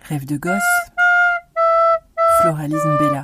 Rêve de gosse, Floralie Mbella.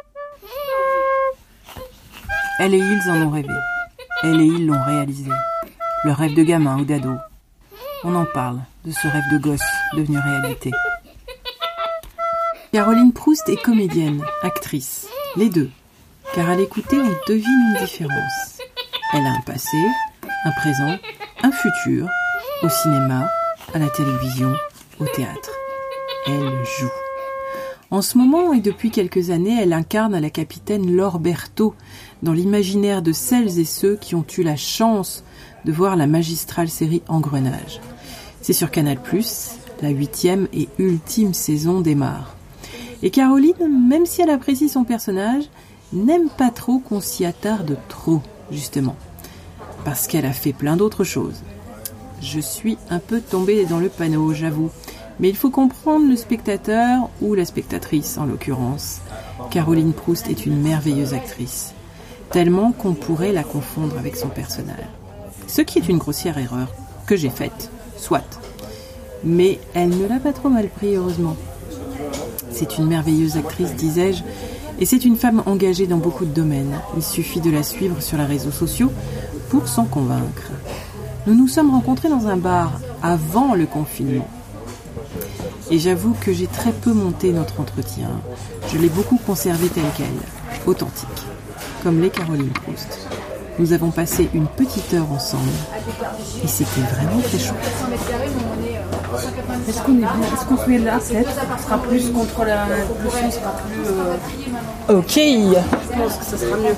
Elle et ils en ont rêvé. Elle et ils l'ont réalisé. Le rêve de gamin ou d'ado. On en parle, de ce rêve de gosse devenu réalité. Caroline Proust est comédienne, actrice, les deux. Car à l'écouter, on devine une différence. Elle a un passé, un présent, un futur, au cinéma, à la télévision, au théâtre. Elle joue. En ce moment et depuis quelques années, elle incarne la capitaine Laure Berthaud dans l'imaginaire de celles et ceux qui ont eu la chance de voir la magistrale série Engrenage. C'est sur Canal+, la 8e et ultime saison démarre. Et Caroline, même si elle apprécie son personnage, n'aime pas trop qu'on s'y attarde trop, justement. Parce qu'elle a fait plein d'autres choses. Je suis un peu tombée dans le panneau, j'avoue. Mais il faut comprendre le spectateur, ou la spectatrice en l'occurrence. Caroline Proust est une merveilleuse actrice. Tellement qu'on pourrait la confondre avec son personnage. Ce qui est une grossière erreur, que j'ai faite, soit. Mais elle ne l'a pas trop mal pris, heureusement. C'est une merveilleuse actrice, disais-je, et c'est une femme engagée dans beaucoup de domaines. Il suffit de la suivre sur les réseaux sociaux pour s'en convaincre. Nous nous sommes rencontrés dans un bar avant le confinement. Et j'avoue que j'ai très peu monté notre entretien. Je l'ai beaucoup conservé tel quel, authentique, comme l'est Caroline Proust. Nous avons passé une petite heure ensemble et c'était vraiment très chouette. Est-ce qu'on est bien? Est-ce qu'on se met là peut-être? Ce sera plus contre la... Le son sera plus... Ok. Je pense que ça sera mieux.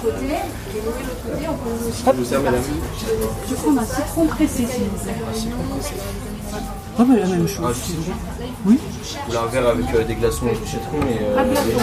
Hop. Du coup, on a un citron pressé, s'il vous plaît. Ah bah la même chose. Oui. Ou un verre avec des glaçons et du citron et...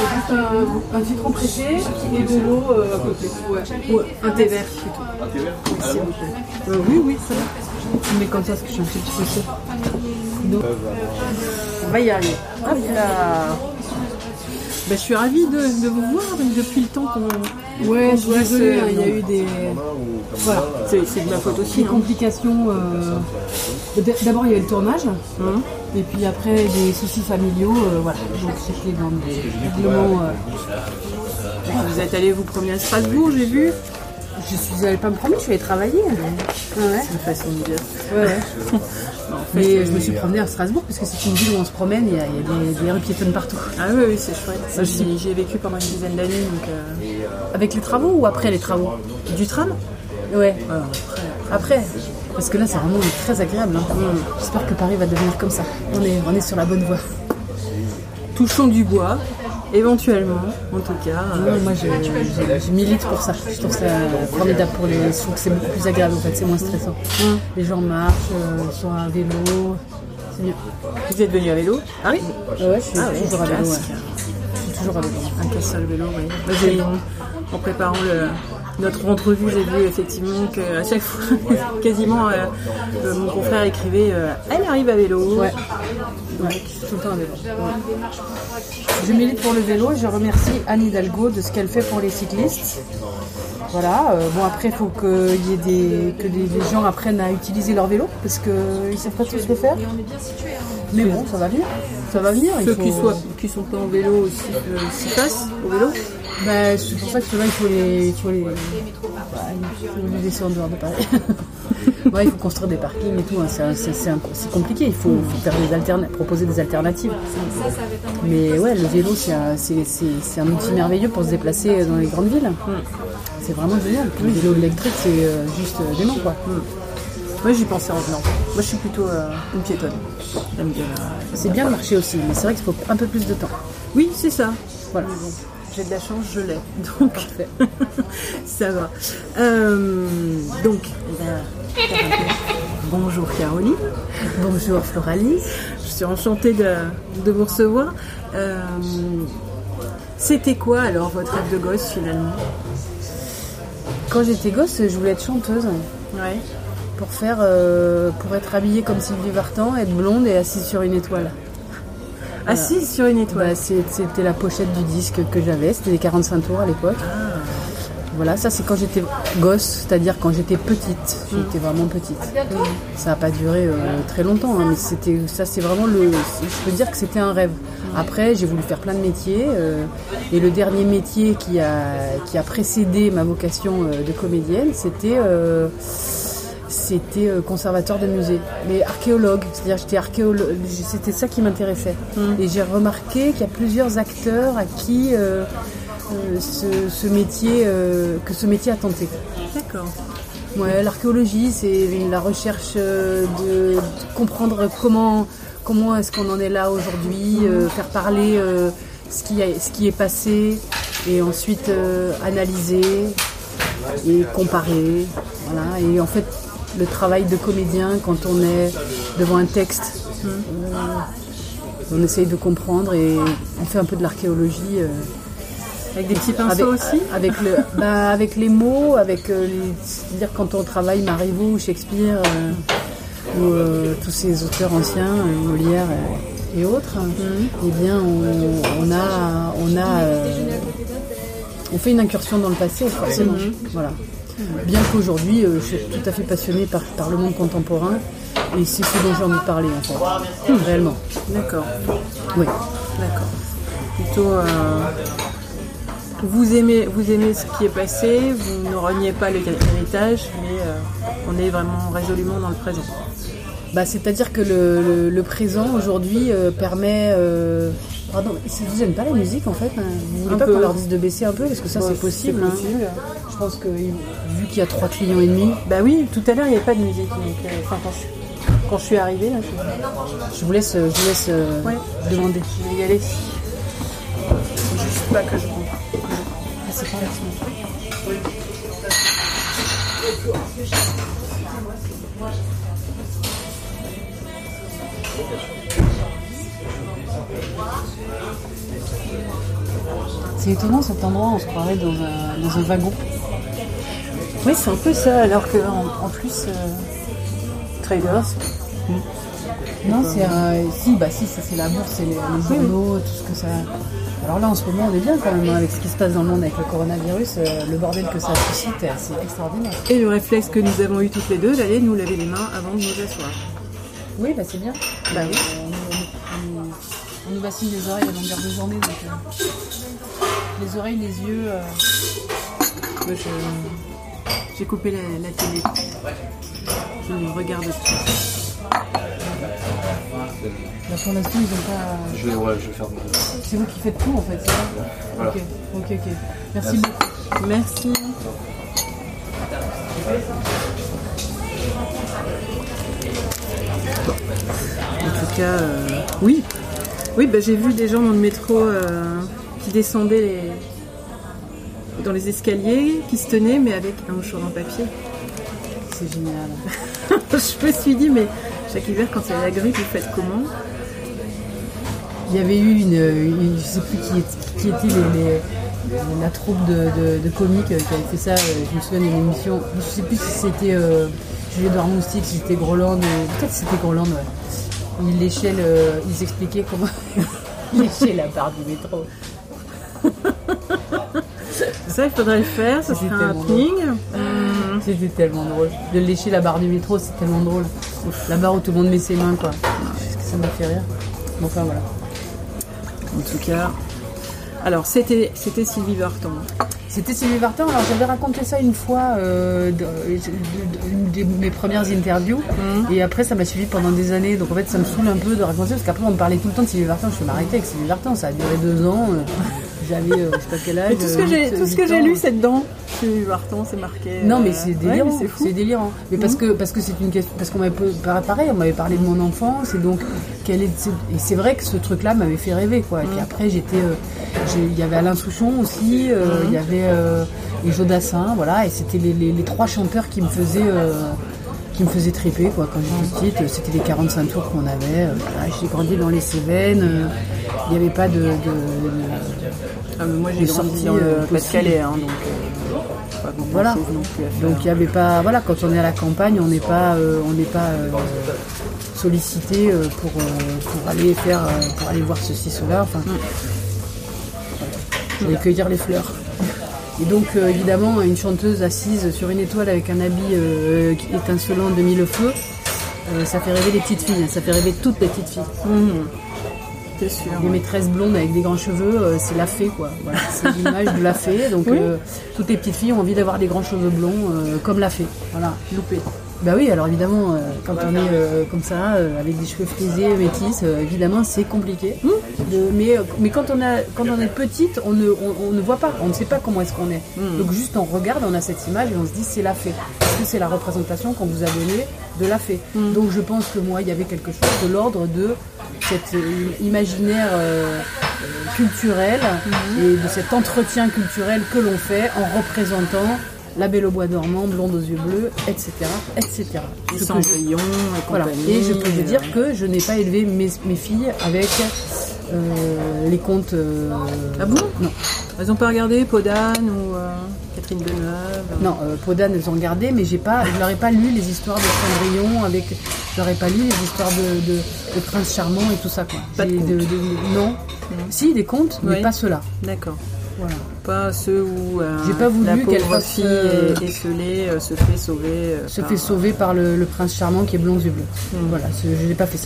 un citron pressé et de l'eau à côté. Ouais. Un thé vert plutôt. Un thé vert oui, s'il vous plaît. Oui, ça va. Tu mets comme ça parce que je suis un petit peu chaud. On va y arriver. Hop là. Ben, je suis ravie de vous voir depuis le temps qu'on... Ouais, je suis désolée, il y a eu des... Voilà, c'est de ma faute aussi. Des complications. D'abord, il y avait le tournage. Et puis après, des soucis familiaux. Voilà. Donc, c'était dans des règlements... Vous êtes allé vous promener à Strasbourg, j'ai vu. Je suis allée pas me promener, je suis allée travailler. Ouais. C'est une façon de dire. Ouais. En fait, mais je me suis promenée à Strasbourg parce que c'est une ville où on se promène, il y a des rues piétonnes partout. Ah oui, c'est chouette. J'y ai vécu pendant une dizaine d'années. Donc, Avec les travaux ou après les travaux? Du tram? Ouais. Après. Parce que là, c'est vraiment très agréable. Hein. J'espère que Paris va devenir comme ça. On est sur la bonne voie. Touchons du bois. Éventuellement, en tout cas. Moi, je milite pour ça. Je trouve ça formidable pour les. Je trouve que c'est beaucoup plus agréable en fait, c'est moins stressant. Les gens marchent, sont à vélo, c'est mieux. Vous êtes venu à vélo? Ah oui. Ouais, je suis toujours à vélo. Ouais. Je suis toujours à vélo. Un casse-seul vélo, oui. En préparant notre entrevue, j'ai vu effectivement qu'à chaque fois, quasiment, mon confrère écrivait elle arrive à vélo. Ouais. Ouais, je suis tout le temps à vélo. Ouais. Je milite pour le vélo et je remercie Anne Hidalgo de ce qu'elle fait pour les cyclistes. Voilà. Bon, après, il faut que les gens apprennent à utiliser leur vélo parce qu'ils ne savent pas tous le faire. Mais bon, ça va venir. Ça va venir. Ceux qui sont pas en vélo aussi s'y passent au vélo. Ben, c'est pour ça que ceux-là, il faut les laisser en dehors de Paris. Ouais, il faut construire des parkings et tout. Hein. C'est compliqué. Il faut faire proposer des alternatives. Mais ouais, le vélo, c'est un outil merveilleux pour se déplacer dans les grandes villes. C'est vraiment génial. Le vélo électrique, c'est juste dément, quoi. Moi, j'y pensais en venant. Moi, je suis plutôt une piétonne. J'aime bien. C'est bien de marcher aussi, mais c'est vrai qu'il faut un peu plus de temps. Oui, c'est ça. Voilà. Bon. J'ai de la chance, je l'ai. Donc, ça va. Donc, bonjour Caroline. Bonjour Floralie. Je suis enchantée de vous recevoir. C'était quoi alors votre rêve de gosse finalement? Quand j'étais gosse, je voulais être chanteuse. Ouais. Pour être habillée comme Sylvie Vartan, être blonde et assise sur une étoile. Assise sur une étoile. C'était la pochette du disque que j'avais, c'était les 45 tours à l'époque. Voilà, ça c'est quand j'étais gosse, c'est-à-dire quand j'étais petite. J'étais vraiment petite. Ça n'a pas duré très longtemps, hein, mais c'est vraiment je peux dire que c'était un rêve. Après, j'ai voulu faire plein de métiers, et le dernier métier qui a précédé ma vocation de comédienne, c'était conservateur de musée, mais archéologue, c'est-à-dire j'étais archéologue, c'était ça qui m'intéressait. Et j'ai remarqué qu'il y a plusieurs acteurs à qui ce métier a tenté. D'accord. Ouais, l'archéologie, c'est la recherche de comprendre comment est-ce qu'on en est là aujourd'hui, faire parler ce qui est passé, et ensuite analyser et comparer. Voilà. Et en fait, le travail de comédien, quand on est devant un texte, on essaye de comprendre et on fait un peu de l'archéologie. Avec des petits pinceaux aussi avec les mots, c'est-à-dire quand on travaille Marivaux ou Shakespeare, ou tous ces auteurs anciens, Molière et autres, eh bien on fait une incursion dans le passé, forcément. Voilà. Bien qu'aujourd'hui, je suis tout à fait passionnée par le monde contemporain, et c'est ce dont j'ai envie de parler, en fait. Réellement. D'accord. Oui. D'accord. Plutôt, vous aimez ce qui est passé, vous ne reniez pas l'héritage, mais on est vraiment résolument dans le présent. C'est-à-dire que le présent, aujourd'hui, permet... Pardon, ça vous gêne pas la musique, en fait, hein. Vous voulez pas qu'on leur dise de baisser un peu, parce que ça, c'est possible. C'est possible. Je pense que, vu qu'il y a 3 clients et demi... Bah oui, tout à l'heure, il n'y avait pas de musique. Donc, quand je suis arrivée, là, je vous laisse demander. Je vais y aller. Faut juste pas que je rentre. Ah, c'est pas C'est étonnant, cet endroit, on se croirait dans un wagon. Oui, c'est un peu ça, alors qu'en plus, Traders. Non, c'est ça, c'est la bourse, c'est les journaux, tout ce que ça... Alors là, en ce moment, on est bien quand même, hein, avec ce qui se passe dans le monde avec le coronavirus, le bordel que ça suscite, c'est extraordinaire. Et le réflexe que nous avons eu toutes les deux, d'aller nous laver les mains avant de nous asseoir. Oui, c'est bien. Bah oui. On nous bassine les oreilles à longueur de journée, donc les oreilles, les yeux... J'ai coupé la télé. Je ne regarde plus. Pour l'instant, ils n'ont pas... Je vais faire mon... C'est vous qui faites tout, en fait, c'est ça ? Voilà. Ok. Merci beaucoup. Merci. En tout cas, oui. Oui, j'ai vu des gens dans le métro qui descendaient dans les escaliers, qui se tenaient, mais avec un mouchoir en papier. C'est génial. Je me suis dit, mais chaque hiver, quand il y a la grippe, vous faites comment ? Il y avait eu une je sais plus qui était la troupe de comiques qui avait fait ça. Je me souviens d'une émission, je sais plus si c'était Julie-Edouard Moustique, si c'était Groland, peut-être c'était Groland, ouais. Ils expliquaient comment lécher la barre du métro. Ça, il faudrait le faire, ça serait un happening. C'était tellement drôle. De lécher la barre du métro, c'est tellement drôle. La barre où tout le monde met ses mains, quoi. Est-ce que ça m'a fait rire ? Bon, enfin, voilà. En tout cas, alors c'était Sylvie Vartan. C'était Sylvie Vartan. Alors j'avais raconté ça une fois, une de mes premières interviews, et après ça m'a suivi pendant des années. Donc en fait ça me saoule un peu de raconter, parce qu'après on me parlait tout le temps de Sylvie Vartan. Je suis m'arrêter avec Sylvie Vartan, ça a duré 2 ans. J'avais je sais pas quel âge. Mais tout ce que j'ai lu, c'est dedans. Sylvie Vartan, c'est marqué. Non mais c'est délirant. Ouais, mais c'est délirant. Mais parce que c'est une question, parce qu'on m'avait pareil, on m'avait parlé de mon enfance, et donc et c'est vrai que ce truc-là m'avait fait rêver, quoi. Et puis après il y avait Alain Souchon aussi, il y avait et Jodassin, voilà, et c'était les 3 chanteurs qui me faisaient triper, quoi, quand j'étais petite. C'était les 45 tours qu'on avait. J'ai grandi dans les Cévennes, il n'y avait pas de mais moi j'ai grandi dans le Pas-de-Calais, hein, donc voilà. Donc il n'y avait pas, voilà, quand on est à la campagne, on n'est pas sollicité pour aller voir ceci, cela. Enfin, j'allais cueillir les fleurs. Et donc évidemment une chanteuse assise sur une étoile avec un habit étincelant de mille feux, ça fait rêver les petites filles, ça fait rêver toutes les petites filles. C'est sûr. Des maîtresses blondes avec des grands cheveux, c'est la fée quoi. Voilà, c'est l'image de la fée. Donc toutes les petites filles ont envie d'avoir des grands cheveux blonds comme la fée. Voilà, loupé. Bah oui, alors évidemment, quand on est comme ça, avec des cheveux frisés, métis, évidemment c'est compliqué. Mais quand on est petite, on ne voit pas, on ne sait pas comment est-ce qu'on est. Donc juste on regarde, on a cette image et on se dit c'est la fée. Parce que c'est la représentation qu'on vous a donnée de la fée. Donc je pense que moi, il y avait quelque chose de l'ordre de cet imaginaire culturel et de cet entretien culturel que l'on fait en représentant La Belle au bois dormant, blonde aux yeux bleus, etc. etc. Les Cendrillon et voilà. compagnie. Et je peux vous dire que je n'ai pas élevé mes filles avec les contes... Ah bon? Non. Elles n'ont pas regardé Podane ou Catherine Deneuve? Non, Podane, elles ont regardé, mais je leur ai pas lu les histoires de Cendrillon, je leur ai pas lu les histoires de Prince Charmant et tout ça, quoi. Pas de contes. Non. Si, des contes, mais pas ceux-là. D'accord. Voilà. Pas ceux où j'ai pas voulu la qu'elle pauvre fasse, fille esselée se fait sauver. Fait sauver par le Prince Charmant qui est blond aux yeux bleus. Voilà, je n'ai pas fait ça.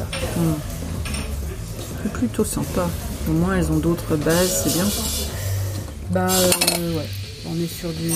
C'est plutôt sympa. Au moins, elles ont d'autres bases, c'est bien. Bah, ouais. On est sur du...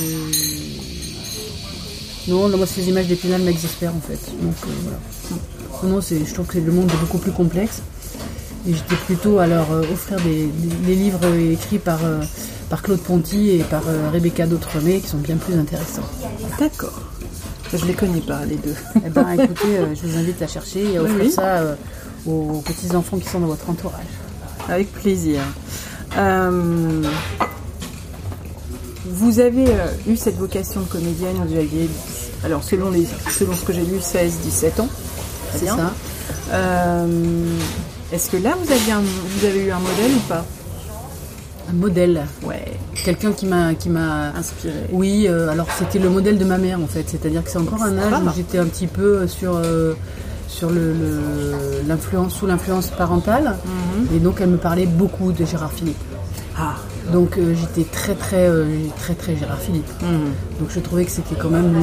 Non, moi, ces images d'Épinal m'exaspèrent, en fait. Donc, voilà. Non, je trouve que le monde est beaucoup plus complexe. Et j'étais plutôt à leur offrir des livres écrits par Claude Ponty et par Rebecca Dautremé, qui sont bien plus intéressants. Voilà. D'accord. Je les connais pas, les deux. Eh ben, écoutez, je vous invite à chercher et à offrir ça aux petits-enfants qui sont dans votre entourage. Avec plaisir. Vous avez eu cette vocation de comédienne, vous aviez, alors selon ce que j'ai lu, 16-17 ans. C'est ça. Est-ce que là, vous avez eu un modèle ou pas? Un modèle? Ouais. Quelqu'un qui m'a inspiré. Oui, alors c'était le modèle de ma mère en fait. C'est-à-dire que c'est encore un âge où j'étais un petit peu sur l'influence, sous l'influence parentale. Et donc elle me parlait beaucoup de Gérard Philippe. Ah. Donc j'étais très Gérard Philippe. Donc je trouvais que c'était quand même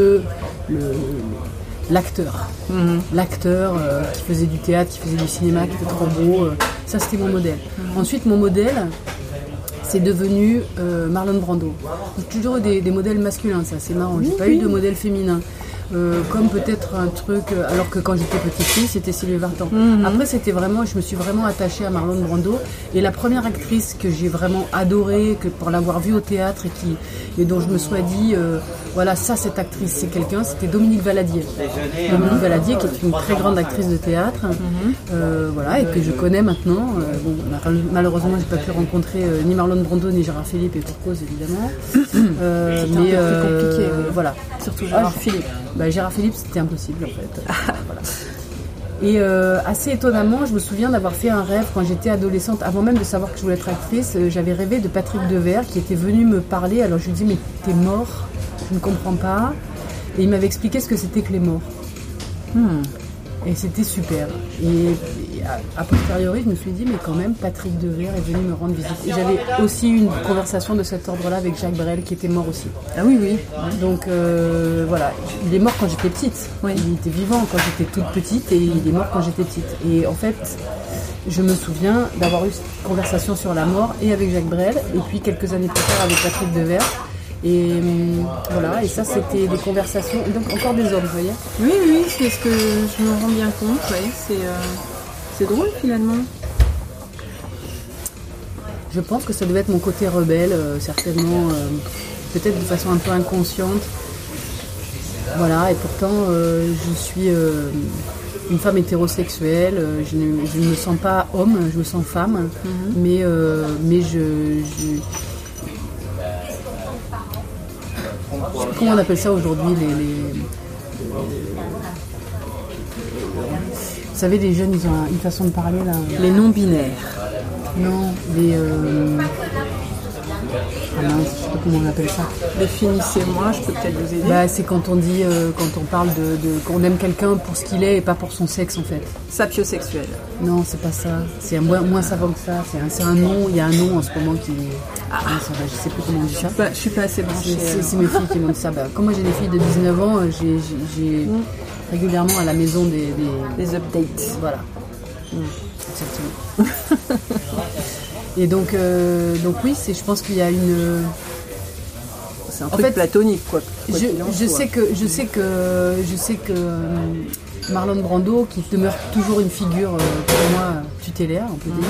l'acteur. L'acteur qui faisait du théâtre, qui faisait du cinéma, qui était trop beau. Ça, c'était mon modèle. Ensuite, mon modèle, c'est devenu Marlon Brando. J'ai toujours eu des modèles masculins, ça, c'est marrant. J'ai pas eu de modèle féminin. Comme peut-être un truc, alors que quand j'étais petite fille, c'était Sylvie Vartan. Après, je me suis vraiment attachée à Marlon Brando. Et la première actrice que j'ai vraiment adorée, que pour l'avoir vue au théâtre et dont je me sois dit, voilà, ça, cette actrice, c'est quelqu'un, c'était Dominique Valadier. Dominique Valadier, qui est une très grande actrice de théâtre, voilà, et que je connais maintenant. Bon, malheureusement, j'ai pas pu rencontrer ni Marlon Brando ni Gérard Philippe, et pour cause, évidemment. Mais un peu plus compliqué, voilà. Surtout Gérard Philippe. Gérard Philippe, c'était impossible en fait. Voilà. Et assez étonnamment, je me souviens d'avoir fait un rêve quand j'étais adolescente, avant même de savoir que je voulais être actrice. J'avais rêvé de Patrick Devers qui était venu me parler. Alors je lui dis mais t'es mort, je ne comprends pas. Et il m'avait expliqué ce que c'était que les morts. Et c'était super. Et a posteriori, je me suis dit, mais quand même, Patrick Devers est venu me rendre visite. Et j'avais aussi eu une conversation de cet ordre-là avec Jacques Brel, qui était mort aussi. Ah oui, oui. Donc voilà, il est mort quand j'étais petite. Oui. Il était vivant quand j'étais toute petite et il est mort quand j'étais petite. Et en fait, je me souviens d'avoir eu cette conversation sur la mort et avec Jacques Brel, et puis quelques années plus tard avec Patrick Devers. Et voilà, et ça c'était des conversations, donc encore des hommes, vous voyez. Oui, c'est ce que je me rends bien compte, ouais. C'est drôle finalement. Je pense que ça devait être mon côté rebelle, certainement, peut-être de façon un peu inconsciente. Voilà, et pourtant je suis une femme hétérosexuelle, je ne me sens pas homme, je me sens femme, mais comment on appelle ça aujourd'hui vous savez, les jeunes, ils ont une façon de parler là. Les non-binaires. Non, les... Ah non, je sais pas comment on appelle ça. Définissez-moi, je peux peut-être vous aider. C'est quand on dit, quand on parle qu'on aime quelqu'un pour ce qu'il est et pas pour son sexe en fait. Sapiosexuel. Non, c'est pas ça. C'est moins savant que ça. C'est un nom, il y a un nom en ce moment qui... Je sais plus comment on dit ça. Je suis pas assez branchée. C'est mes filles qui m'ont dit ça. Comme moi j'ai des filles de 19 ans, j'ai régulièrement à la maison des updates. Voilà. Exactement. Et donc oui, je pense qu'il y a une... C'est un truc platonique, quoi. Je sais que Marlon Brando, qui demeure toujours une figure pour moi tutélaire, on peut dire,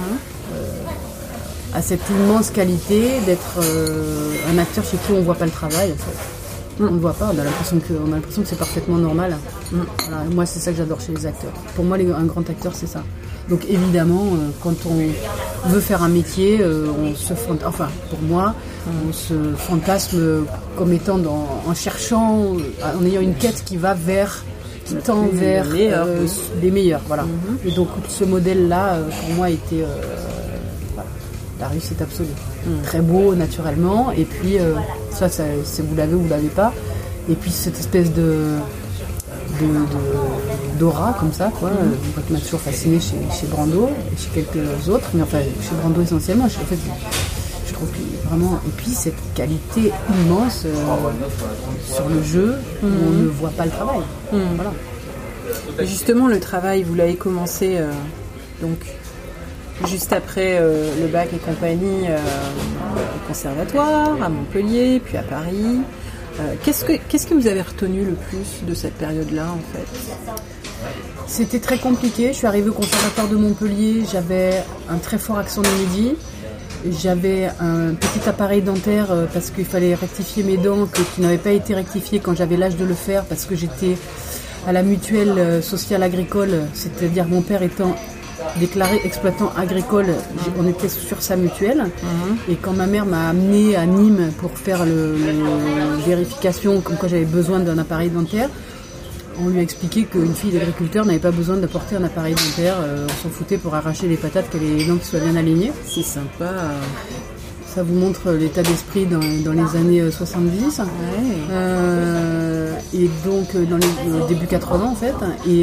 a cette immense qualité d'être un acteur chez qui on voit pas le travail, en fait. On ne voit pas, on a l'impression que c'est parfaitement normal. Voilà, moi, c'est ça que j'adore chez les acteurs. Pour moi, un grand acteur, c'est ça. Donc évidemment, quand on veut faire un métier, on se pour moi, on se fantasme comme étant en cherchant, en ayant une quête qui va vers les meilleurs. Voilà. Et donc ce modèle-là, pour moi, était la réussite absolue. Très beau, naturellement. Et puis, ça c'est vous l'avez ou vous l'avez pas. Et puis cette espèce d'aura comme ça, quoi, qui m'a toujours fasciné chez Brando et chez quelques autres, mais enfin chez Brando essentiellement. Je trouve que vraiment, et puis cette qualité immense sur le jeu où on ne voit pas le travail. Voilà. Et justement, le travail, vous l'avez commencé donc juste après le bac et compagnie au conservatoire, à Montpellier, puis à Paris. Qu'est-ce que vous avez retenu le plus de cette période-là, en fait ? C'était très compliqué. Je suis arrivée au conservatoire de Montpellier, j'avais un très fort accent du midi. J'avais un petit appareil dentaire parce qu'il fallait rectifier mes dents qui n'avaient pas été rectifiées quand j'avais l'âge de le faire parce que j'étais à la mutuelle sociale agricole, c'est-à-dire mon père étant déclaré exploitant agricole, on était sur sa mutuelle. Et quand ma mère m'a amenée à Nîmes pour faire la vérification comme quoi j'avais besoin d'un appareil dentaire, on lui a expliqué qu'une fille d'agriculteur n'avait pas besoin d'apporter un appareil dentaire, on s'en foutait pour arracher les patates, que les dents qui soient bien alignées. C'est sympa. Ça vous montre l'état d'esprit dans les années 70. Et donc dans les début 80 en fait. Et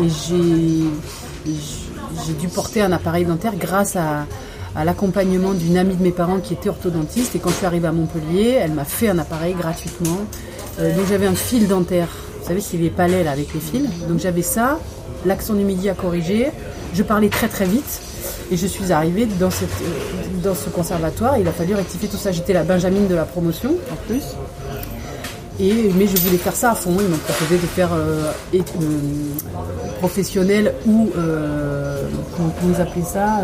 j'ai dû porter un appareil dentaire grâce à l'accompagnement d'une amie de mes parents qui était orthodontiste. Et quand je suis arrivée à Montpellier, elle m'a fait un appareil gratuitement. Donc j'avais un fil dentaire. Vous savez, c'est les palais là avec les fils. Donc j'avais ça, l'accent du midi à corriger. Je parlais très très vite. Et je suis arrivée dans ce conservatoire. Il a fallu rectifier tout ça. J'étais la Benjamine de la promotion en plus. Mais je voulais faire ça à fond. Ils m'ont proposé de faire professionnel ou comment vous appelez ça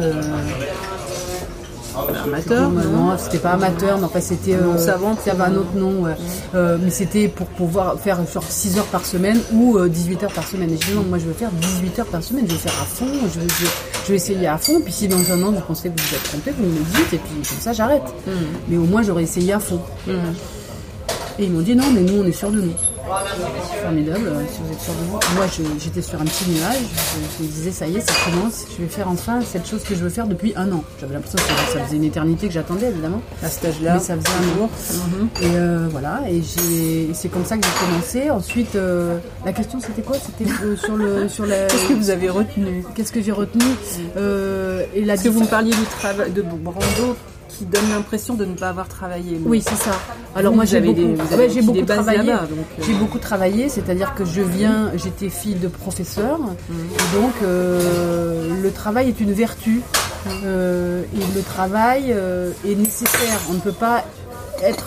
amateur. Non, c'était pas amateur, mais enfin c'était savant. Ça avait un autre nom. Mais c'était pour pouvoir faire genre 6 heures par semaine ou 18 heures par semaine. Et je dis non, moi je veux faire 18 heures par semaine. Je veux faire à fond. Je vais essayer à fond. Puis si dans un an vous pensez que vous vous êtes trompé, vous me le dites. Et puis comme ça j'arrête. Mais au moins j'aurais essayé à fond. Et ils m'ont dit non, mais nous on est sûrs de nous. Formidable, si vous êtes sûrs de vous. Moi j'étais sur un petit nuage, je me disais ça y est, ça commence, je vais faire enfin cette chose que je veux faire depuis un an. J'avais l'impression que ça faisait une éternité que j'attendais évidemment. À cet âge-là. Mais ça faisait un jour. Et voilà, et c'est comme ça que j'ai commencé. Ensuite, la question c'était quoi ? C'était sur la. Qu'est-ce que vous avez retenu ? Qu'est-ce que j'ai retenu Parce que vous me parliez du travail de Brando, qui donne l'impression de ne pas avoir travaillé. Oui, c'est ça. Alors moi j'ai beaucoup travaillé. J'ai beaucoup travaillé, c'est-à-dire que j'étais fille de professeur, et donc le travail est une vertu, et le travail est nécessaire. On ne peut pas être,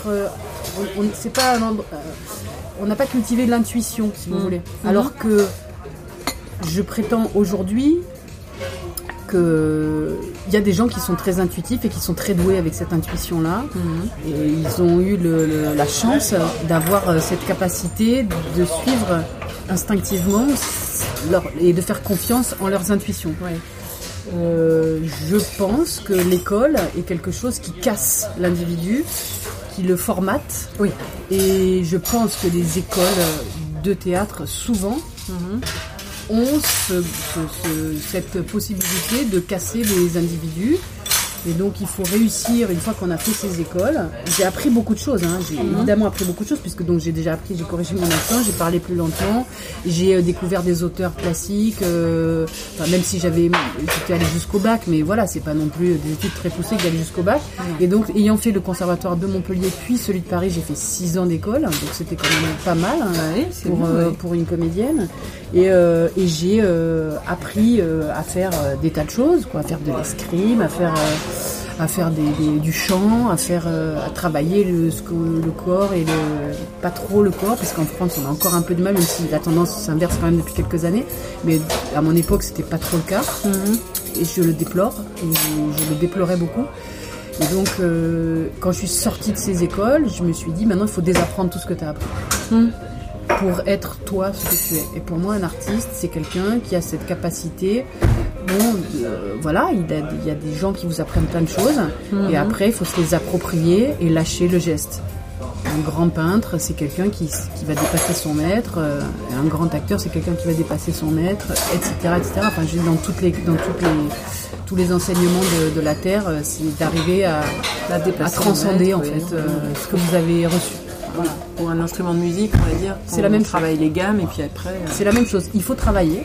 on n'a pas cultivé l'intuition, si vous voulez. Alors que je prétends aujourd'hui qu'il y a des gens qui sont très intuitifs et qui sont très doués avec cette intuition-là. Et ils ont eu la chance d'avoir cette capacité de suivre instinctivement et de faire confiance en leurs intuitions. Je pense que l'école est quelque chose qui casse l'individu, qui le formate. Et je pense que les écoles de théâtre, souvent, ont cette possibilité de casser les individus Et donc il faut réussir, une fois qu'on a fait ces écoles, j'ai appris beaucoup de choses, hein. J'ai évidemment appris beaucoup de choses, puisque donc j'ai corrigé mon accent, j'ai parlé plus lentement, j'ai découvert des auteurs classiques, même si j'étais allée jusqu'au bac, mais voilà, c'est pas non plus des études très poussées que d'aller jusqu'au bac. Et donc ayant fait le conservatoire de Montpellier puis celui de Paris, j'ai fait 6 ans d'école, donc c'était quand même pas mal, hein, pour une comédienne. Et j'ai appris à faire des tas de choses, quoi, à faire de l'escrime, à faire du chant, à travailler le corps et pas trop le corps, parce qu'en France on a encore un peu de mal, même si la tendance s'inverse quand même depuis quelques années, mais à mon époque c'était pas trop le cas, et je le déplore, et je le déplorais beaucoup. Et donc quand je suis sortie de ces écoles, je me suis dit maintenant il faut désapprendre tout ce que tu as appris. Pour être toi ce que tu es. Et pour moi, un artiste, c'est quelqu'un qui a cette capacité. Voilà, il y a des gens qui vous apprennent plein de choses, et après, il faut se les approprier et lâcher le geste. Un grand peintre, c'est quelqu'un qui va dépasser son maître. Un grand acteur, c'est quelqu'un qui va dépasser son maître, etc., etc. Enfin, tous les enseignements de la terre, c'est d'arriver à transcender en fait ce que vous avez reçu. Voilà. Pour un instrument de musique, on va dire, c'est la même chose. Travaille les gammes et puis après. C'est la même chose. Il faut travailler.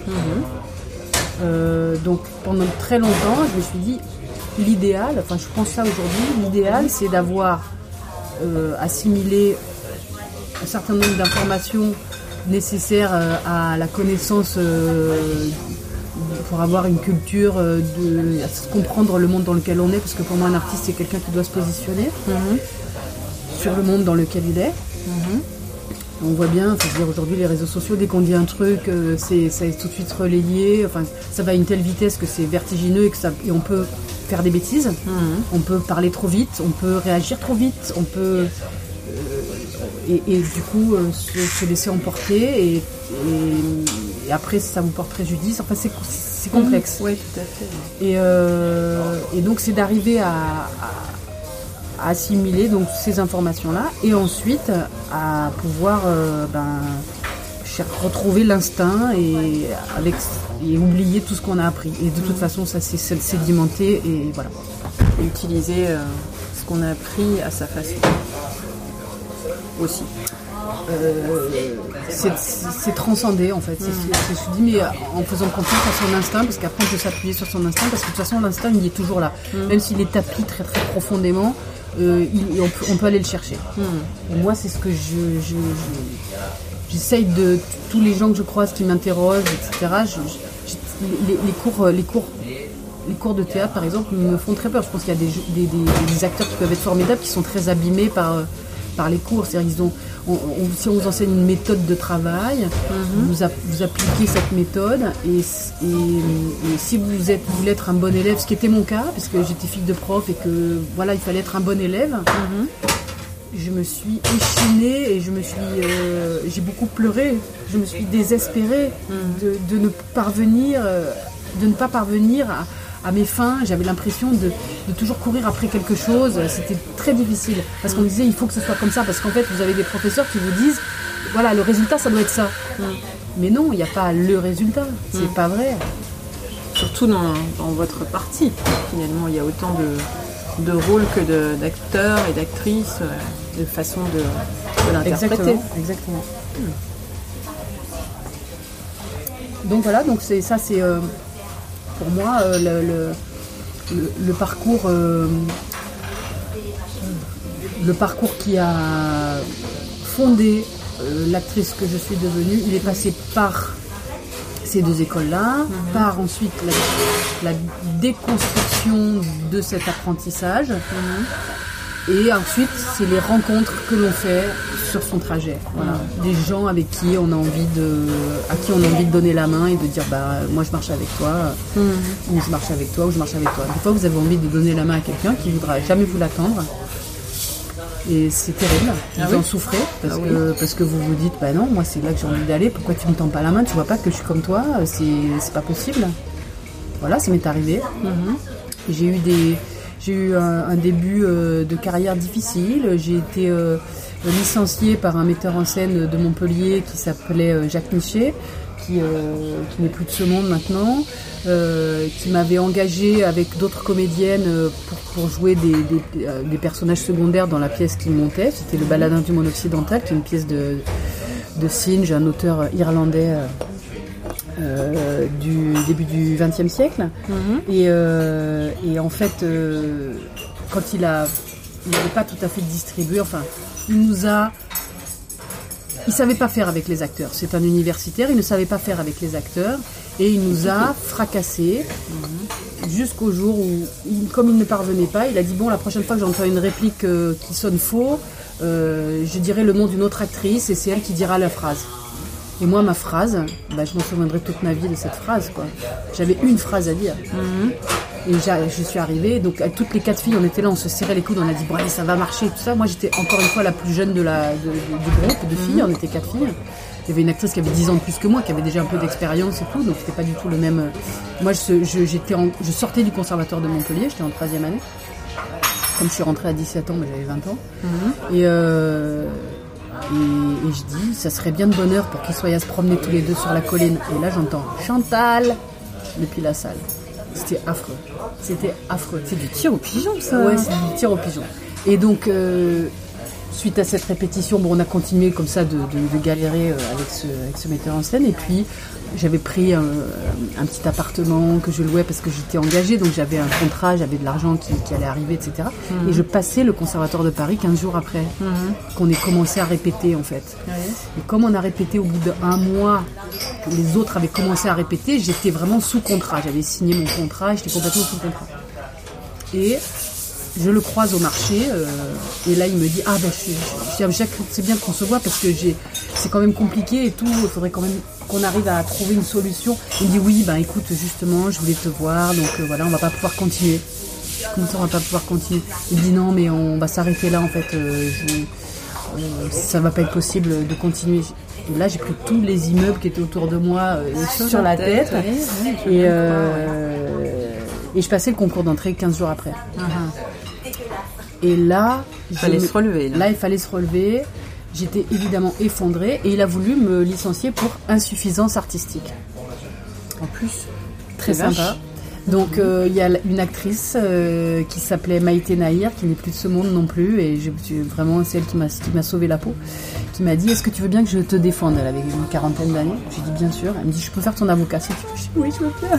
Donc pendant très longtemps, je me suis dit l'idéal. Enfin, je pense ça aujourd'hui. L'idéal, c'est d'avoir assimilé un certain nombre d'informations nécessaires à la connaissance pour avoir une culture, à comprendre le monde dans lequel on est. Parce que pour moi, un artiste, c'est quelqu'un qui doit se positionner. Sur le monde dans lequel il est. On voit bien, faut dire aujourd'hui les réseaux sociaux, dès qu'on dit un truc, ça est tout de suite relayé. Enfin, ça va à une telle vitesse que c'est vertigineux et on peut faire des bêtises. On peut parler trop vite, on peut réagir trop vite, on peut et du coup se laisser emporter et après ça vous porte préjudice. Enfin, c'est complexe. Oui, tout à fait. Et donc c'est d'arriver à assimiler donc ces informations-là et ensuite à pouvoir retrouver l'instinct et oublier tout ce qu'on a appris. Et de toute façon, ça c'est sédimenté et voilà. Et utiliser ce qu'on a appris à sa façon aussi. C'est transcendé en fait. Je me dis mais en faisant confiance à son instinct, parce qu'après on peut s'appuyer sur son instinct, parce que de toute façon l'instinct il est toujours là. Même s'il est tapis très très profondément, on peut aller le chercher. Et moi c'est ce que j'essaye de tous les gens que je croise qui m'interrogent, etc. Les cours de théâtre par exemple me font très peur. Je pense qu'il y a des acteurs qui peuvent être formidables, qui sont très abîmés par les cours. C'est-à-dire si on vous enseigne une méthode de travail, vous appliquez cette méthode et si vous voulez être un bon élève, ce qui était mon cas, parce que j'étais fille de prof et que voilà, il fallait être un bon élève, je me suis échinée et j'ai beaucoup pleuré, je me suis désespérée de ne pas parvenir à mes fins. J'avais l'impression de toujours courir après quelque chose. C'était très difficile parce qu'on me disait il faut que ce soit comme ça, parce qu'en fait vous avez des professeurs qui vous disent voilà, le résultat ça doit être ça. Mais non, il n'y a pas le résultat, c'est pas vrai. Surtout dans votre partie, finalement il y a autant de rôles que d'acteurs et d'actrices, de façon de l'interpréter. Exactement. Donc voilà, donc c'est pour moi, le parcours qui a fondé l'actrice que je suis devenue, il est passé par ces deux écoles-là, par ensuite la déconstruction de cet apprentissage, et ensuite c'est les rencontres que l'on fait sur son trajet. Voilà. Des gens avec qui on a envie de donner la main et de dire moi je marche avec toi, ou je marche avec toi, ou je marche avec toi. Des fois vous avez envie de donner la main à quelqu'un qui ne voudra jamais vous l'attendre. Et c'est terrible, vous en souffrez parce que vous vous dites non, moi c'est là que j'ai envie d'aller, pourquoi tu me tends pas la main, tu vois pas que je suis comme toi, c'est pas possible. Voilà, ça m'est arrivé. J'ai eu un début de carrière difficile. J'ai été licenciée par un metteur en scène de Montpellier qui s'appelait Jacques Miché, qui n'est plus de ce monde maintenant, qui m'avait engagée avec d'autres comédiennes pour jouer des personnages secondaires dans la pièce qui montait. C'était Le Baladin du monde occidental, qui est une pièce de Synge, un auteur irlandais du début du XXe siècle. Et en fait, quand il n'avait pas tout à fait distribué, enfin, il savait pas faire avec les acteurs. C'est un universitaire, il ne savait pas faire avec les acteurs. Et il nous a fracassés jusqu'au jour où, comme il ne parvenait pas, il a dit, bon, la prochaine fois que j'entends une réplique qui sonne faux, je dirai le nom d'une autre actrice et c'est elle qui dira la phrase. Et moi, ma phrase, je m'en souviendrai toute ma vie de cette phrase, quoi. J'avais une phrase à dire. Et je suis arrivée, donc avec toutes les 4 filles, on était là, on se serrait les coudes, on a dit bon allez, ça va marcher, tout ça. Moi j'étais encore une fois la plus jeune du groupe de filles, on était 4 filles. Il y avait une actrice qui avait 10 ans de plus que moi, qui avait déjà un peu d'expérience et tout, donc c'était pas du tout le même. Moi je sortais du conservatoire de Montpellier, j'étais en 3e année. Comme je suis rentrée à 17 ans, mais j'avais 20 ans. Et je dis, ça serait bien de bonne heure pour qu'ils soient à se promener tous les deux sur la colline. Et là j'entends Chantal depuis la salle. C'était affreux. C'est du tir au pigeon, ça. Ouais, c'est du tir au pigeon. Et donc, suite à cette répétition, on a continué comme ça de galérer avec ce metteur en scène. Et puis, j'avais pris un petit appartement que je louais parce que j'étais engagée. Donc, j'avais un contrat, j'avais de l'argent qui allait arriver, etc. Et je passais le Conservatoire de Paris 15 jours après qu'on ait commencé à répéter, en fait. Et comme on a répété au bout d'1 mois, les autres avaient commencé à répéter, j'étais vraiment sous contrat. J'avais signé mon contrat, j'étais complètement sous contrat. Et je le croise au marché, et là il me dit Jacques, c'est bien qu'on se voit parce que c'est quand même compliqué et tout, il faudrait quand même qu'on arrive à trouver une solution. Il me dit oui, écoute, justement, je voulais te voir, donc voilà, on va pas pouvoir continuer. Comment ça, on va pas pouvoir continuer? Il me dit non, mais on va s'arrêter là, en fait, ça va pas être possible de continuer. Et là, j'ai pris tous les immeubles qui étaient autour de moi sur la tête. Et je passais le concours d'entrée 15 jours après. Et là, il fallait se relever. Là, il fallait se relever. J'étais évidemment effondrée. Et il a voulu me licencier pour insuffisance artistique. En plus, très sympa. Donc il y a une actrice qui s'appelait Maïté Nahir, qui n'est plus de ce monde non plus, et vraiment c'est elle qui m'a sauvé la peau, qui m'a dit est-ce que tu veux bien que je te défende? Elle avait une 40aine d'années. J'ai dit bien sûr. Elle me dit je peux faire ton avocat si tu veux. Je dis oui, je veux faire.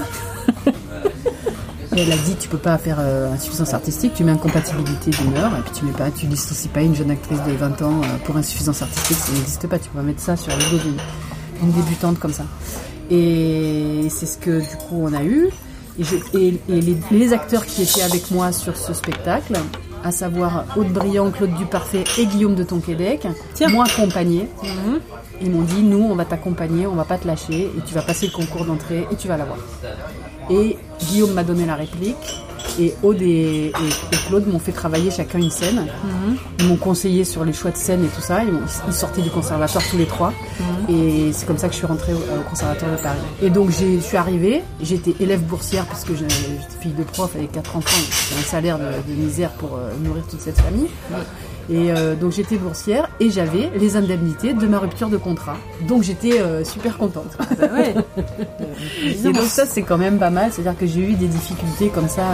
Et elle a dit tu peux pas faire insuffisance artistique, tu mets incompatibilité d'humeur et puis tu licencies pas une jeune actrice de 20 ans pour insuffisance artistique, ça n'existe pas, tu peux pas mettre ça sur le dos d'une débutante comme ça. Et c'est ce que du coup on a eu. Et les acteurs qui étaient avec moi sur ce spectacle, à savoir Aude Briand, Claude Duparfait et Guillaume de Tonquédec, m'ont accompagné. Ils m'ont dit nous on va t'accompagner, on va pas te lâcher et tu vas passer le concours d'entrée et tu vas l'avoir. Et Guillaume m'a donné la réplique et Aude et Claude m'ont fait travailler chacun une scène. Ils m'ont conseillé sur les choix de scène et tout ça. Ils sortaient du conservatoire tous les 3 et c'est comme ça que je suis rentrée au conservatoire de Paris. Et donc je suis arrivée, j'étais élève boursière parce que j'étais fille de prof avec 4 enfants, c'était un salaire de misère pour nourrir toute cette famille. Et donc j'étais boursière et j'avais les indemnités de ma rupture de contrat. Donc j'étais super contente. Et donc ça c'est quand même pas mal, c'est-à-dire que j'ai eu des difficultés comme ça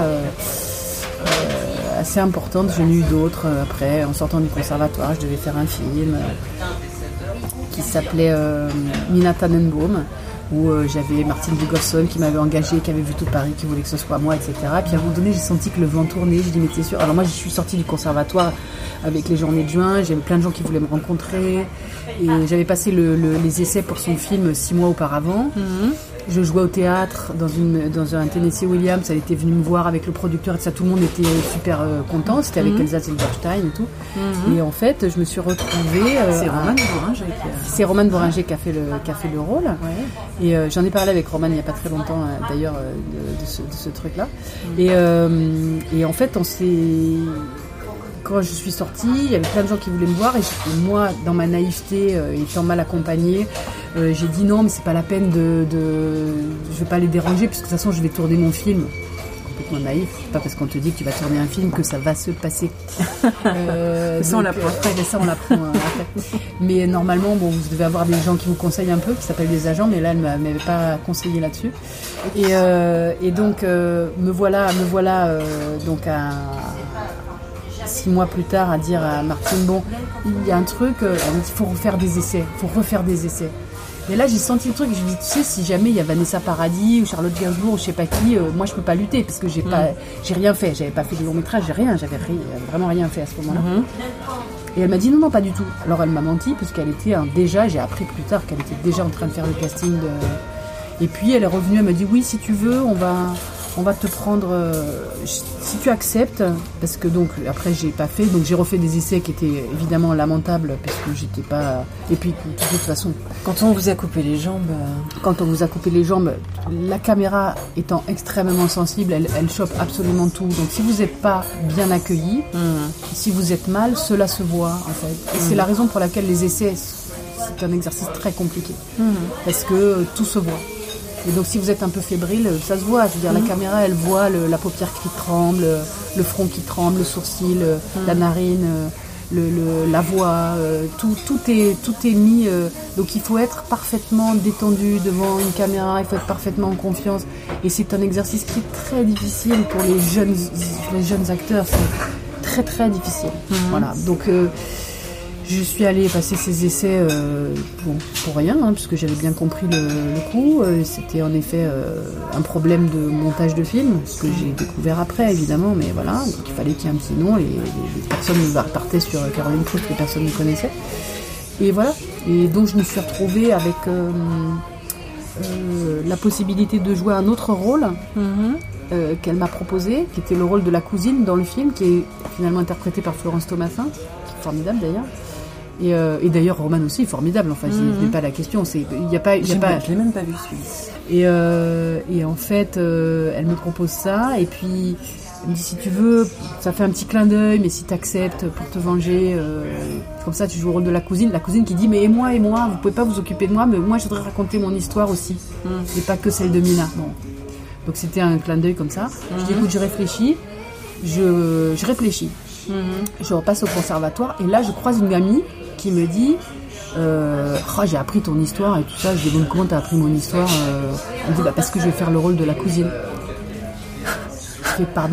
assez importantes. J'en ai eu d'autres après, en sortant du conservatoire, je devais faire un film qui s'appelait Nina Tannenbaum, où j'avais Martine Dugosson qui m'avait engagée, qui avait vu tout Paris, qui voulait que ce soit moi, etc. Et puis à un moment donné, j'ai senti que le vent tournait, j'ai dit mais t'es sûr? Alors moi je suis sortie du conservatoire avec les journées de juin, j'avais plein de gens qui voulaient me rencontrer, et j'avais passé les essais pour son film 6 mois auparavant. Je jouais au théâtre dans un Tennessee Williams, elle était venue me voir avec le producteur et ça, tout le monde était super content, c'était avec Elsa Zilberstein et tout. Et en fait, je me suis retrouvée... c'est Romane Boringer qui a fait le rôle. Ouais. Et j'en ai parlé avec Romane il n'y a pas très longtemps, d'ailleurs, de ce truc-là. Et en fait, quand je suis sortie, il y avait plein de gens qui voulaient me voir et moi, dans ma naïveté, étant mal accompagnée, j'ai dit non, mais c'est pas la peine je vais pas les déranger puisque de toute façon je vais tourner mon film. complètement naïf. C'est pas parce qu'on te dit que tu vas tourner un film que ça va se passer. Ça, on l'apprend. Ça, on l'apprend après. Mais normalement, bon, vous devez avoir des gens qui vous conseillent un peu, qui s'appellent des agents, mais là, elle m'avait pas conseillé là-dessus. Et donc, me voilà donc à 6 mois plus tard à dire à Martine, bon, il y a un truc, il faut refaire des essais. Et là, j'ai senti le truc, je me dis, tu sais, si jamais il y a Vanessa Paradis ou Charlotte Gainsbourg ou je sais pas qui, moi je peux pas lutter parce que j'ai rien fait, j'avais pas fait de long métrage, j'avais vraiment rien fait à ce moment-là. Et elle m'a dit non, pas du tout. Alors elle m'a menti parce qu'elle était déjà, j'ai appris plus tard qu'elle était déjà en train de faire le casting Et puis elle est revenue, elle m'a dit oui, si tu veux, on va te prendre, si tu acceptes, parce que donc après j'ai pas fait, donc j'ai refait des essais qui étaient évidemment lamentables parce que j'étais pas, et puis de toute façon. Quand on vous a coupé les jambes. Quand on vous a coupé les jambes, la caméra étant extrêmement sensible, elle chope absolument tout. Donc si vous n'êtes pas bien accueilli, si vous êtes mal, cela se voit en fait. Et c'est la raison pour laquelle les essais, c'est un exercice très compliqué, parce que tout se voit. Et donc si vous êtes un peu fébrile, ça se voit. Je veux dire, la caméra, elle voit la paupière qui tremble, le front qui tremble, le sourcil, la narine, la voix. Tout est mis. Donc il faut être parfaitement détendu devant une caméra. Il faut être parfaitement en confiance. Et c'est un exercice qui est très difficile pour les jeunes acteurs. C'est très très difficile. Voilà. Donc je suis allée passer ces essais pour rien, puisque j'avais bien compris le coup. C'était en effet un problème de montage de film, ce que j'ai découvert après, évidemment, mais voilà. Donc il fallait qu'il y ait un petit nom. Les personnes me repartaient sur Caroline Proust, que personne ne connaissait. Et voilà. Et donc je me suis retrouvée avec la possibilité de jouer un autre rôle qu'elle m'a proposé, qui était le rôle de la cousine dans le film, qui est finalement interprétée par Florence Thomasin, qui est formidable d'ailleurs. Et d'ailleurs Roman aussi est formidable, enfin je n'ai pas la question, je l'ai même pas vu celui-ci. Et en fait elle me propose ça, et puis elle me dit si tu veux, ça fait un petit clin d'œil, mais si tu acceptes pour te venger, comme ça tu joues le rôle de la cousine qui dit mais et moi, vous pouvez pas vous occuper de moi, mais moi je voudrais raconter mon histoire aussi, et pas que celle de Mina. Bon. Donc c'était un clin d'œil comme ça. Je dis écoute, je réfléchis. Je repasse au conservatoire et là je croise une amie qui me dit j'ai appris ton histoire et tout ça. Je dis donc comment t'as appris mon histoire? Elle me dit parce que je vais faire le rôle de la cousine. Je fais pardon.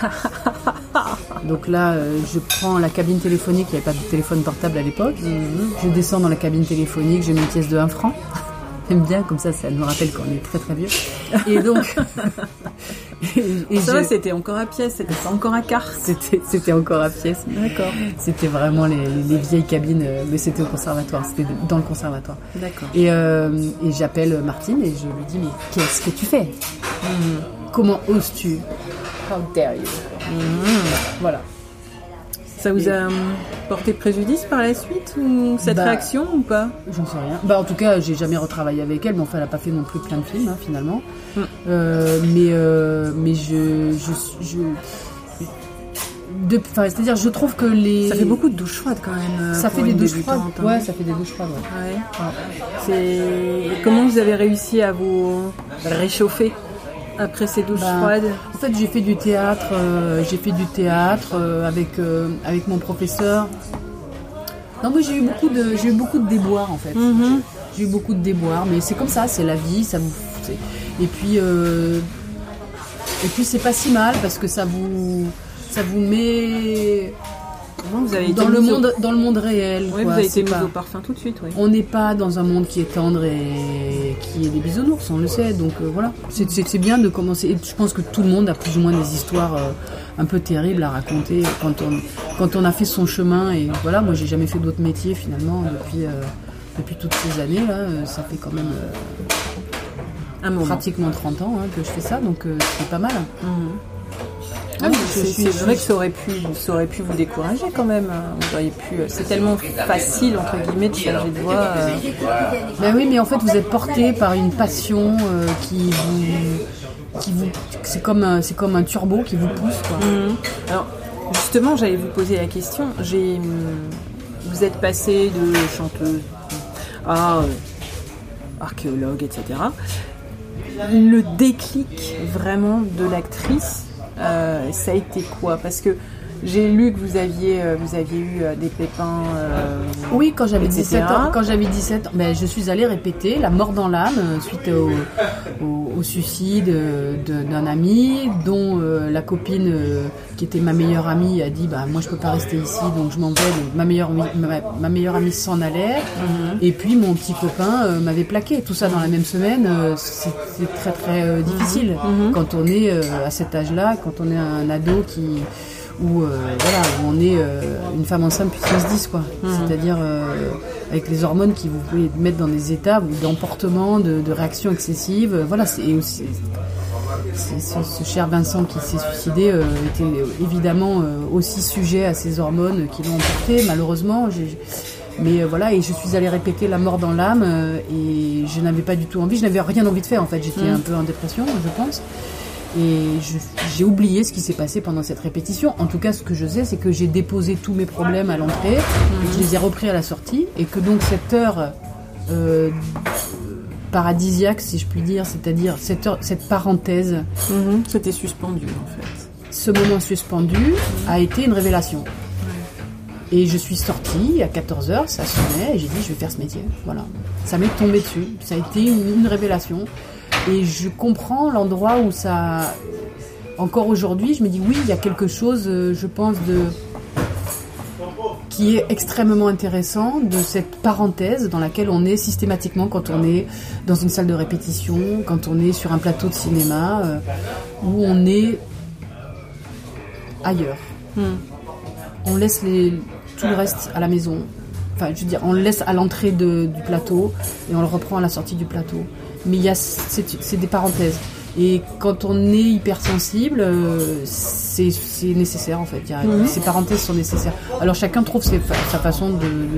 Donc là je prends la cabine téléphonique, il n'y avait pas de téléphone portable à l'époque. Je descends dans la cabine téléphonique, je mets une pièce de 1 franc. J'aime bien, comme ça me rappelle qu'on est très très vieux. Et donc c'était encore à pièce, c'était pas encore à carte. C'était encore à pièce. D'accord. C'était vraiment les vieilles cabines, mais c'était au conservatoire, c'était dans le conservatoire. D'accord. Et j'appelle Martine et je lui dis mais qu'est-ce que tu fais? Comment oses-tu? How dare you? Voilà. Ça vous a porté préjudice par la suite, ou cette réaction, ou pas? J'en sais rien. En tout cas, j'ai jamais retravaillé avec elle, mais enfin, elle n'a pas fait non plus plein de films, finalement. Mais c'est-à-dire, je trouve que les... Ça fait beaucoup de douches froides, quand même. Ça fait des douches froides. Ouais, ça fait des douches froides, Comment vous avez réussi à vous réchauffer après ces douches froides? En fait, j'ai fait du théâtre. Avec mon professeur. Non, mais j'ai eu beaucoup de déboires en fait. J'ai eu beaucoup de déboires, mais c'est comme ça, c'est la vie, et puis c'est pas si mal parce que ça vous met vous avez dans le monde réel. Oui, vous avez été mis au parfum tout de suite. Oui. On n'est pas dans un monde qui est tendre et qui est des bisounours, on le sait. Donc voilà, c'est bien de commencer. Et je pense que tout le monde a plus ou moins des histoires un peu terribles à raconter quand on a fait son chemin. Et voilà, moi j'ai jamais fait d'autres métiers finalement depuis toutes ces années là. Ça fait quand même pratiquement 30 ans que je fais ça, donc c'est pas mal. C'est vrai que ça aurait pu vous décourager quand même. Vous auriez pu. C'est tellement facile entre guillemets de changer de voie. Ben oui, mais en fait vous êtes porté par une passion qui vous c'est comme un turbo qui vous pousse, quoi. Alors justement, j'allais vous poser la question. Vous êtes passé de chanteuse à archéologue, etc. Le déclic vraiment de l'actrice, ça a été quoi? Parce que j'ai lu que vous aviez eu des pépins. Oui, quand j'avais etc. 17 ans, je suis allée répéter La mort dans l'âme suite au suicide d'un ami dont la copine qui était ma meilleure amie a dit moi je peux pas rester ici donc je m'en vais. Donc, ma meilleure amie s'en allait et puis mon petit copain m'avait plaqué. Tout ça dans la même semaine, c'est très très difficile quand on est à cet âge-là, quand on est un ado où on est une femme enceinte puissance 10 quoi. C'est-à-dire avec les hormones qui vous pouvez mettre dans des états d'emportement, de réactions excessives. Et aussi ce cher Vincent qui s'est suicidé était évidemment aussi sujet à ces hormones qui l'ont emporté malheureusement. Et je suis allée répéter La mort dans l'âme et je n'avais pas du tout envie, je n'avais rien envie de faire en fait, j'étais un peu en dépression je pense. Et j'ai oublié ce qui s'est passé pendant cette répétition. En tout cas, ce que je sais, c'est que j'ai déposé tous mes problèmes à l'entrée, et que je les ai repris à la sortie, et que donc cette heure paradisiaque, si je puis dire, c'est-à-dire cette parenthèse, c'était suspendu en fait. Ce moment suspendu a été une révélation. Et je suis sortie à 14h, ça sonnait, et j'ai dit je vais faire ce métier. Voilà. Ça m'est tombé dessus. Ça a été une révélation. Et je comprends l'endroit où ça... Encore aujourd'hui, je me dis oui, il y a quelque chose, je pense, qui est extrêmement intéressant de cette parenthèse dans laquelle on est systématiquement quand on est dans une salle de répétition, quand on est sur un plateau de cinéma, où on est ailleurs. On laisse tout le reste à la maison. Enfin, je veux dire, on le laisse à l'entrée du plateau et on le reprend à la sortie du plateau. Mais c'est des parenthèses. Et quand on est hypersensible, c'est nécessaire en fait. Ces parenthèses sont nécessaires. Alors chacun trouve sa façon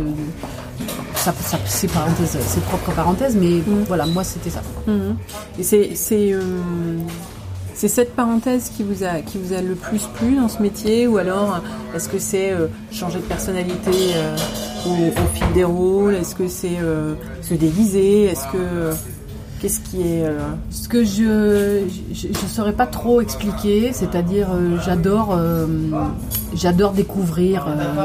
ses parenthèses, ses propres parenthèses, mais voilà, moi c'était ça. Et c'est cette parenthèse qui vous a le plus plu dans ce métier, ou alors est-ce que c'est changer de personnalité au fil des rôles, est-ce que c'est se déguiser, qu'est-ce qui est... Ce que je saurais pas trop expliquer, c'est-à-dire j'adore découvrir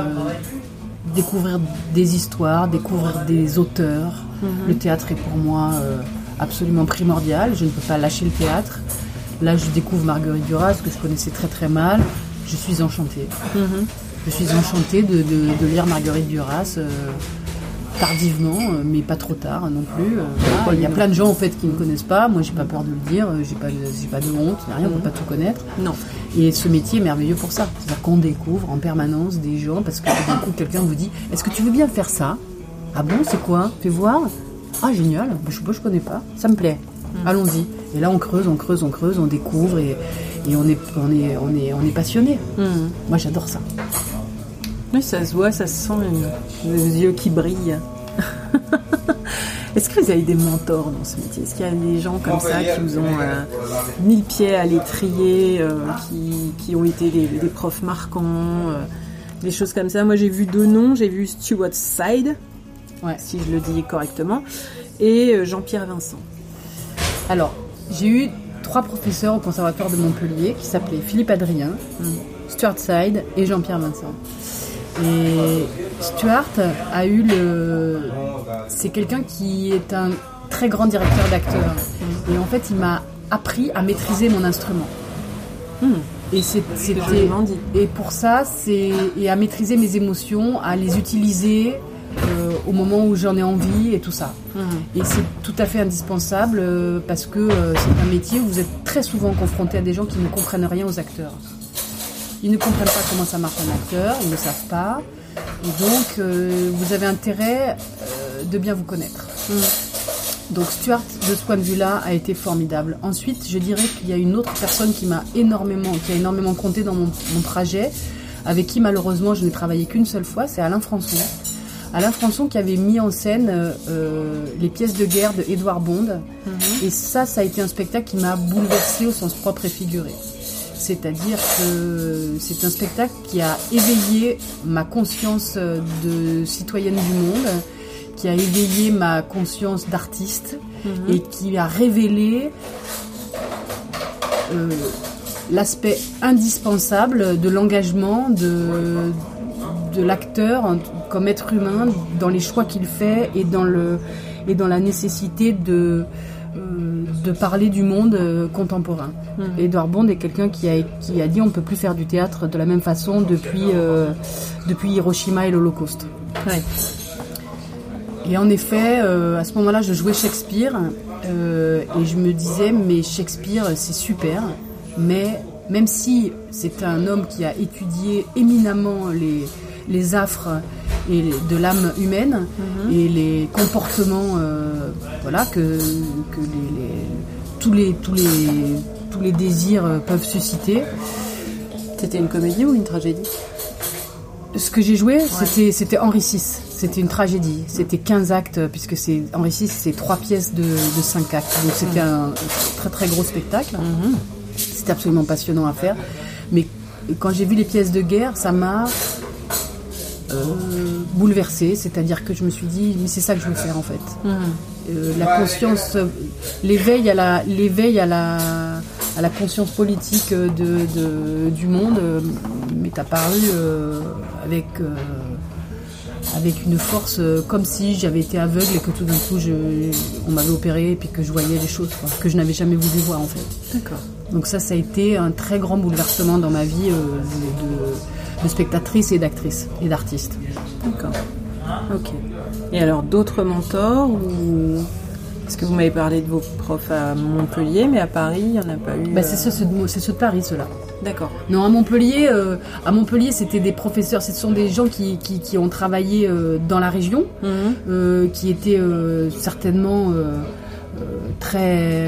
des histoires, découvrir des auteurs. Le théâtre est pour moi absolument primordial, je ne peux pas lâcher le théâtre. Là je découvre Marguerite Duras que je connaissais très très mal, je suis enchantée. Je suis enchantée de lire Marguerite Duras tardivement, mais pas trop tard non plus. Il y a plein de gens en fait qui ne connaissent pas. Moi, j'ai pas peur de le dire. J'ai pas de honte, rien. On peut pas tout connaître. Non. Et ce métier est merveilleux pour ça. C'est-à-dire qu'on découvre en permanence des gens parce que d'un coup quelqu'un vous dit est-ce que tu veux bien faire ça? Ah bon, c'est quoi? Fais voir. Ah génial. Je connais pas. Ça me plaît. Allons-y. Et là on creuse, on découvre et on est passionné. Moi j'adore ça. Oui, ça se voit, ça se sent, les yeux qui brillent. Est-ce que vous avez des mentors dans ce métier? Est-ce qu'il y a des gens comme ça qui vous ont mis le pied à l'étrier, qui ont été des profs marquants, des choses comme ça? Moi, j'ai vu deux noms. J'ai vu Stuart Side, si je le dis correctement, et Jean-Pierre Vincent. Alors, j'ai eu 3 professeurs au Conservatoire de Montpellier qui s'appelaient Philippe Adrien, Stuart Side et Jean-Pierre Vincent. Et Stuart a eu c'est quelqu'un qui est un très grand directeur d'acteurs. Et en fait, il m'a appris à maîtriser mon instrument. Et et pour ça, et à maîtriser mes émotions, à les utiliser au moment où j'en ai envie et tout ça. Et c'est tout à fait indispensable parce que c'est un métier où vous êtes très souvent confronté à des gens qui ne comprennent rien aux acteurs. Ils ne comprennent pas comment ça marche un acteur, ils ne savent pas. Et donc, vous avez intérêt de bien vous connaître. Donc, Stuart, de ce point de vue-là, a été formidable. Ensuite, je dirais qu'il y a une autre personne qui a énormément compté dans mon trajet, avec qui, malheureusement, je n'ai travaillé qu'une seule fois, c'est Alain Françon. Alain Françon qui avait mis en scène les pièces de guerre de Édouard Bond. Et ça a été un spectacle qui m'a bouleversée au sens propre et figuré. C'est-à-dire que c'est un spectacle qui a éveillé ma conscience de citoyenne du monde, qui a éveillé ma conscience d'artiste et qui a révélé l'aspect indispensable de l'engagement de l'acteur comme être humain dans les choix qu'il fait et dans la nécessité de parler du monde contemporain. Edouard Bond est quelqu'un qui a dit on ne peut plus faire du théâtre de la même façon depuis Hiroshima et l'Holocauste. Ouais. Et en effet, à ce moment-là, je jouais Shakespeare et je me disais mais Shakespeare c'est super, mais même si c'est un homme qui a étudié éminemment les affres et de l'âme humaine et les comportements que tous les désirs peuvent susciter. C'était une comédie ou une tragédie ? Ce que j'ai joué, c'était Henri VI. C'était une tragédie. C'était 15 actes, puisque Henri VI, c'est 3 pièces de 5 actes. Donc c'était un très très gros spectacle. C'était absolument passionnant à faire. Mais quand j'ai vu les pièces de guerre, ça m'a bouleversée. C'est-à-dire que je me suis dit, mais c'est ça que je veux faire en fait. La conscience, l'éveil à la conscience politique du monde m'est apparu avec une force comme si j'avais été aveugle et que tout d'un coup on m'avait opéré et puis que je voyais des choses que je n'avais jamais voulu voir en fait. D'accord. Donc ça a été un très grand bouleversement dans ma vie de spectatrice et d'actrice et d'artiste. D'accord. Ok. Et alors d'autres mentors ou... Parce que vous m'avez parlé de vos profs à Montpellier, mais à Paris, il n'y en a pas eu. C'est ceux de Paris, ceux-là. D'accord. Non, à Montpellier, c'était des professeurs. Ce sont des gens qui ont travaillé dans la région, qui étaient certainement très.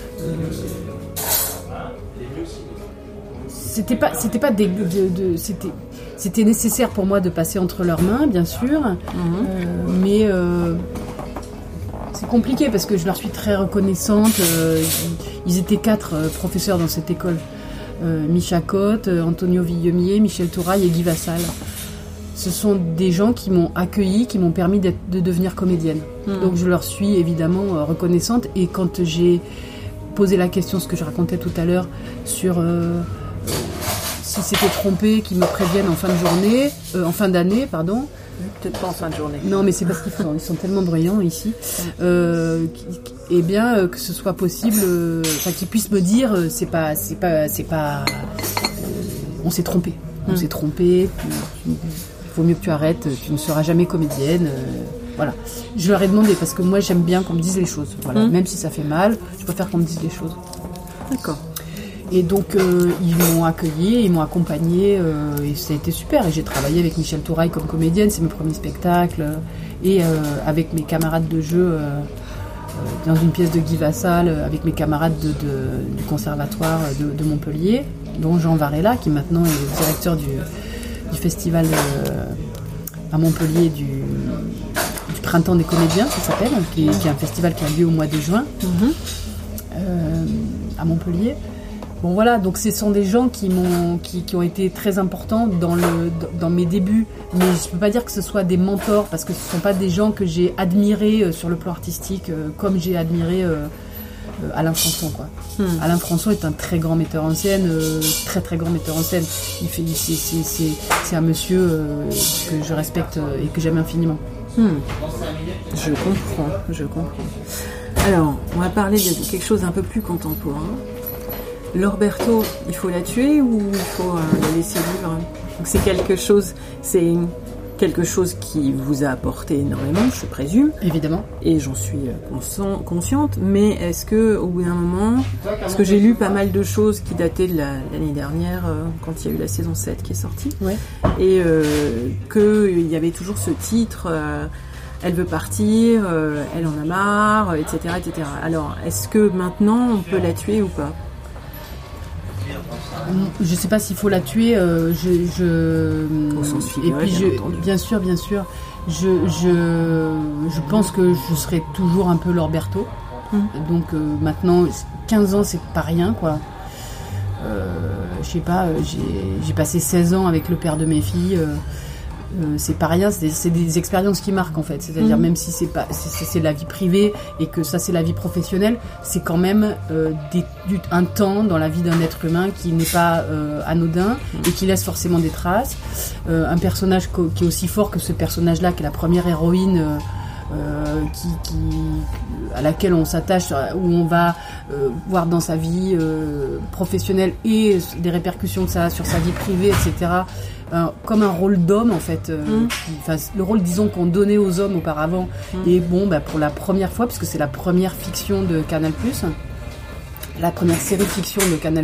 C'était nécessaire pour moi de passer entre leurs mains, bien sûr, mais c'est compliqué parce que je leur suis très reconnaissante. Ils étaient 4 professeurs dans cette école. Micha Cotte, Antonio Villemier, Michel Touraille et Guy Vassal. Ce sont des gens qui m'ont accueillie, qui m'ont permis de devenir comédienne. Donc je leur suis évidemment reconnaissante. Et quand j'ai posé la question, ce que je racontais tout à l'heure, sur si c'était trompé, qu'ils me préviennent en fin d'année, pardon. Peut-être pas en fin de journée. Non, mais c'est parce qu'ils sont tellement bruyants ici. Que ce soit possible, qu'ils puissent me dire, c'est pas, on s'est trompé. On s'est trompé. Il vaut mieux que tu arrêtes. Tu ne seras jamais comédienne. Voilà. Je leur ai demandé parce que moi j'aime bien qu'on me dise les choses. Voilà. Même si ça fait mal, je préfère qu'on me dise les choses. D'accord. Et donc ils m'ont accueillie, ils m'ont accompagnée et ça a été super. Et j'ai travaillé avec Michel Touraille comme comédienne, c'est mes premiers spectacles. Et avec mes camarades de jeu dans une pièce de Guy Vassal, avec mes camarades du conservatoire de Montpellier, dont Jean Varela, qui maintenant est le directeur du festival à Montpellier du Printemps des comédiens, ça s'appelle, qui est un festival qui a lieu au mois de juin à Montpellier. Bon voilà, donc ce sont des gens qui ont été très importants dans mes débuts, mais je ne peux pas dire que ce soit des mentors parce que ce ne sont pas des gens que j'ai admirés sur le plan artistique comme j'ai admiré Alain Françon quoi. Alain Françon est un très grand metteur en scène, très très grand metteur en scène. C'est un monsieur que je respecte et que j'aime infiniment. Je comprends. Alors, on va parler de quelque chose un peu plus contemporain. Laure Berthaud, il faut la tuer ou il faut la laisser vivre ? Donc c'est quelque chose qui vous a apporté énormément, je présume. Évidemment. Et j'en suis consciente. Mais est-ce que, au bout d'un moment, parce que j'ai lu pas mal de choses qui dataient de l'année dernière, quand il y a eu la saison 7 qui est sortie, et qu'il y avait toujours ce titre. Elle veut partir, elle en a marre, etc., etc. Alors, est-ce que maintenant on peut la tuer ou pas ? Je sais pas s'il faut la tuer. Au sens figuré, et puis bien sûr. Je pense que je serai toujours un peu Laure Berthaud. Donc maintenant, 15 ans, c'est pas rien, quoi. Je sais pas. J'ai passé 16 ans avec le père de mes filles. c'est pas rien, c'est des expériences qui marquent en fait. C'est-à-dire même si c'est la vie privée et que ça c'est la vie professionnelle, c'est quand même un temps dans la vie d'un être humain qui n'est pas anodin et qui laisse forcément des traces. Un personnage qui est aussi fort que ce personnage-là, qui est la première héroïne. À laquelle on s'attache, où on va voir dans sa vie professionnelle et des répercussions que ça a sur sa vie privée, etc. Comme un rôle d'homme en fait, le rôle disons qu'on donnait aux hommes auparavant. Et bon, pour la première fois, puisque c'est la première fiction de Canal+, la première série fiction de Canal+,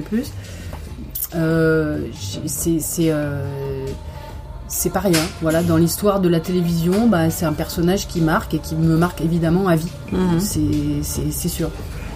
c'est pas rien. Voilà, dans l'histoire de la télévision, c'est un personnage qui marque et qui me marque évidemment à vie. C'est sûr.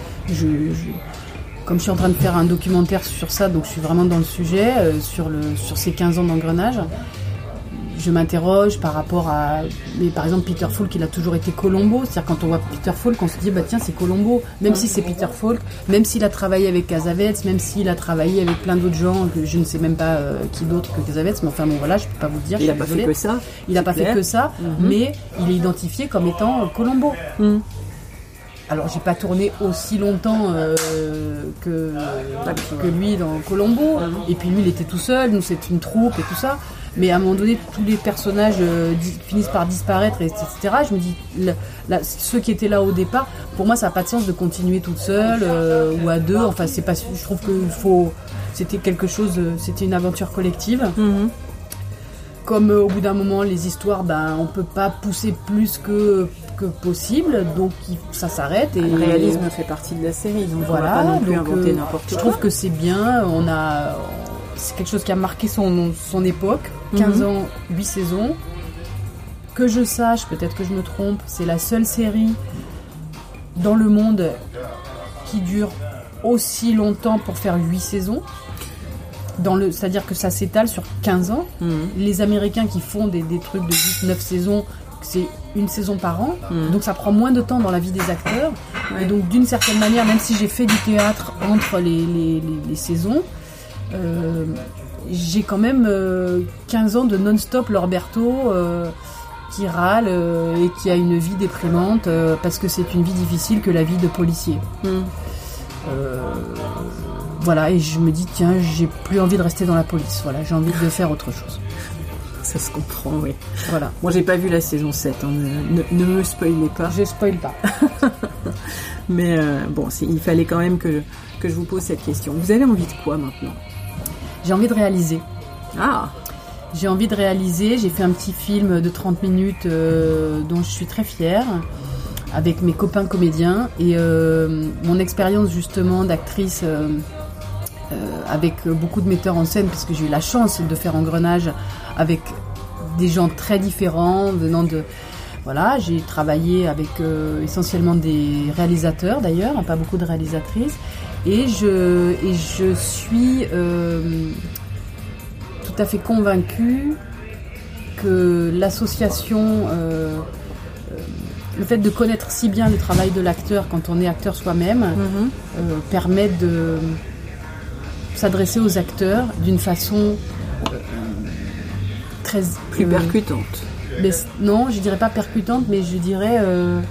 Comme je suis en train de faire un documentaire sur ça, donc je suis vraiment dans le sujet, sur ces 15 ans d'engrenage, je m'interroge par rapport à... Mais par exemple, Peter Falk, il a toujours été Columbo. C'est-à-dire quand on voit Peter Falk, on se dit, tiens, c'est Columbo. Même si c'est Peter Falk, même s'il a travaillé avec Cassavetes, même s'il a travaillé avec plein d'autres gens, que je ne sais même pas qui d'autre que Cassavetes, mais enfin bon, voilà, je peux pas vous le dire. Il n'a pas fait que ça. Il n'a pas fait que ça, mais il est identifié comme étant Columbo. Alors, j'ai pas tourné aussi longtemps que lui dans Columbo. Et puis lui, il était tout seul, nous, c'est une troupe et tout ça. Mais à un moment donné, tous les personnages finissent par disparaître, etc. Je me dis, ceux qui étaient là au départ, pour moi, ça n'a pas de sens de continuer toute seule ou à deux. Enfin, c'est pas. Je trouve que c'était quelque chose. C'était une aventure collective. Comme au bout d'un moment, les histoires, on peut pas pousser plus que possible, donc ça s'arrête. Et le réalisme fait partie de la série, donc voilà. On va pas non plus inventer n'importe quoi. Je trouve que c'est bien. C'est quelque chose qui a marqué son époque. 15 ans, 8 saisons. Que je sache, peut-être que je me trompe, c'est la seule série dans le monde qui dure aussi longtemps pour faire 8 saisons. C'est-à-dire que ça s'étale sur 15 ans. Les Américains qui font des trucs de 8-9 saisons, c'est une saison par an. Donc ça prend moins de temps dans la vie des acteurs. Et donc d'une certaine manière, même si j'ai fait du théâtre entre les saisons, j'ai quand même 15 ans de non-stop Lorberto qui râle et qui a une vie déprimante parce que c'est une vie difficile que la vie de policier. Voilà, et je me dis, tiens, j'ai plus envie de rester dans la police. Voilà, j'ai envie de faire autre chose. Ça se comprend, oui. Voilà. Moi, j'ai pas vu la saison 7, ne me spoilez pas. Je spoil pas. Mais il fallait quand même que je vous pose cette question. Vous avez envie de quoi maintenant ? J'ai envie de réaliser. Ah ! J'ai envie de réaliser. J'ai fait un petit film de 30 minutes dont je suis très fière, avec mes copains comédiens. Et mon expérience justement d'actrice avec beaucoup de metteurs en scène, puisque j'ai eu la chance de faire Engrenage avec des gens très différents, venant de... Voilà, j'ai travaillé avec essentiellement des réalisateurs d'ailleurs, pas beaucoup de réalisatrices. Et je suis tout à fait convaincue que l'association, le fait de connaître si bien le travail de l'acteur quand on est acteur soi-même, permet de s'adresser aux acteurs d'une façon très... plus percutante. Mais, non, je dirais pas percutante, mais je dirais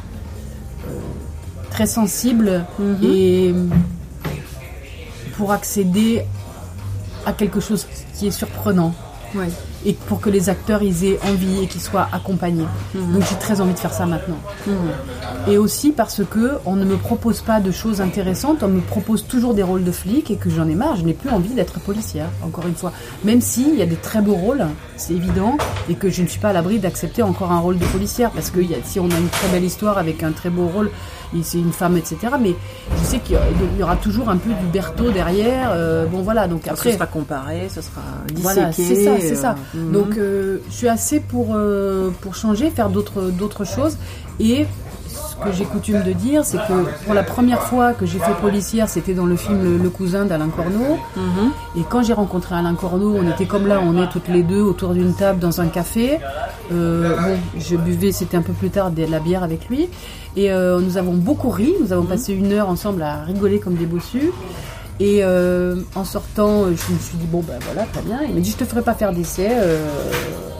très sensible et... pour accéder à quelque chose qui est surprenant. Ouais. Et pour que les acteurs ils aient envie et qu'ils soient accompagnés. Donc j'ai très envie de faire ça maintenant. Et aussi parce que on ne me propose pas de choses intéressantes, on me propose toujours des rôles de flic et que j'en ai marre, je n'ai plus envie d'être policière, encore une fois. Même s'il y a des très beaux rôles, c'est évident, et que je ne suis pas à l'abri d'accepter encore un rôle de policière, parce que si on a une très belle histoire avec un très beau rôle, et c'est une femme, etc. Mais je sais qu'il y aura toujours un peu du Berthaud derrière. Bon voilà, donc après... Ce sera comparé, ce sera disséqué. Voilà, c'est ça. Donc je suis assez pour changer, faire d'autres choses. Et ce que j'ai coutume de dire, c'est que pour la première fois que j'ai fait policière, c'était dans le film Le Cousin d'Alain Corneau. Et quand j'ai rencontré Alain Corneau, on était comme là, on est toutes les deux autour d'une table dans un café. Je buvais, c'était un peu plus tard, de la bière avec lui. Et nous avons beaucoup ri, nous avons passé 1 heure ensemble à rigoler comme des bossus. Et en sortant, je me suis dit, bon ben voilà, très bien. Il m'a dit, je te ferai pas faire d'essai.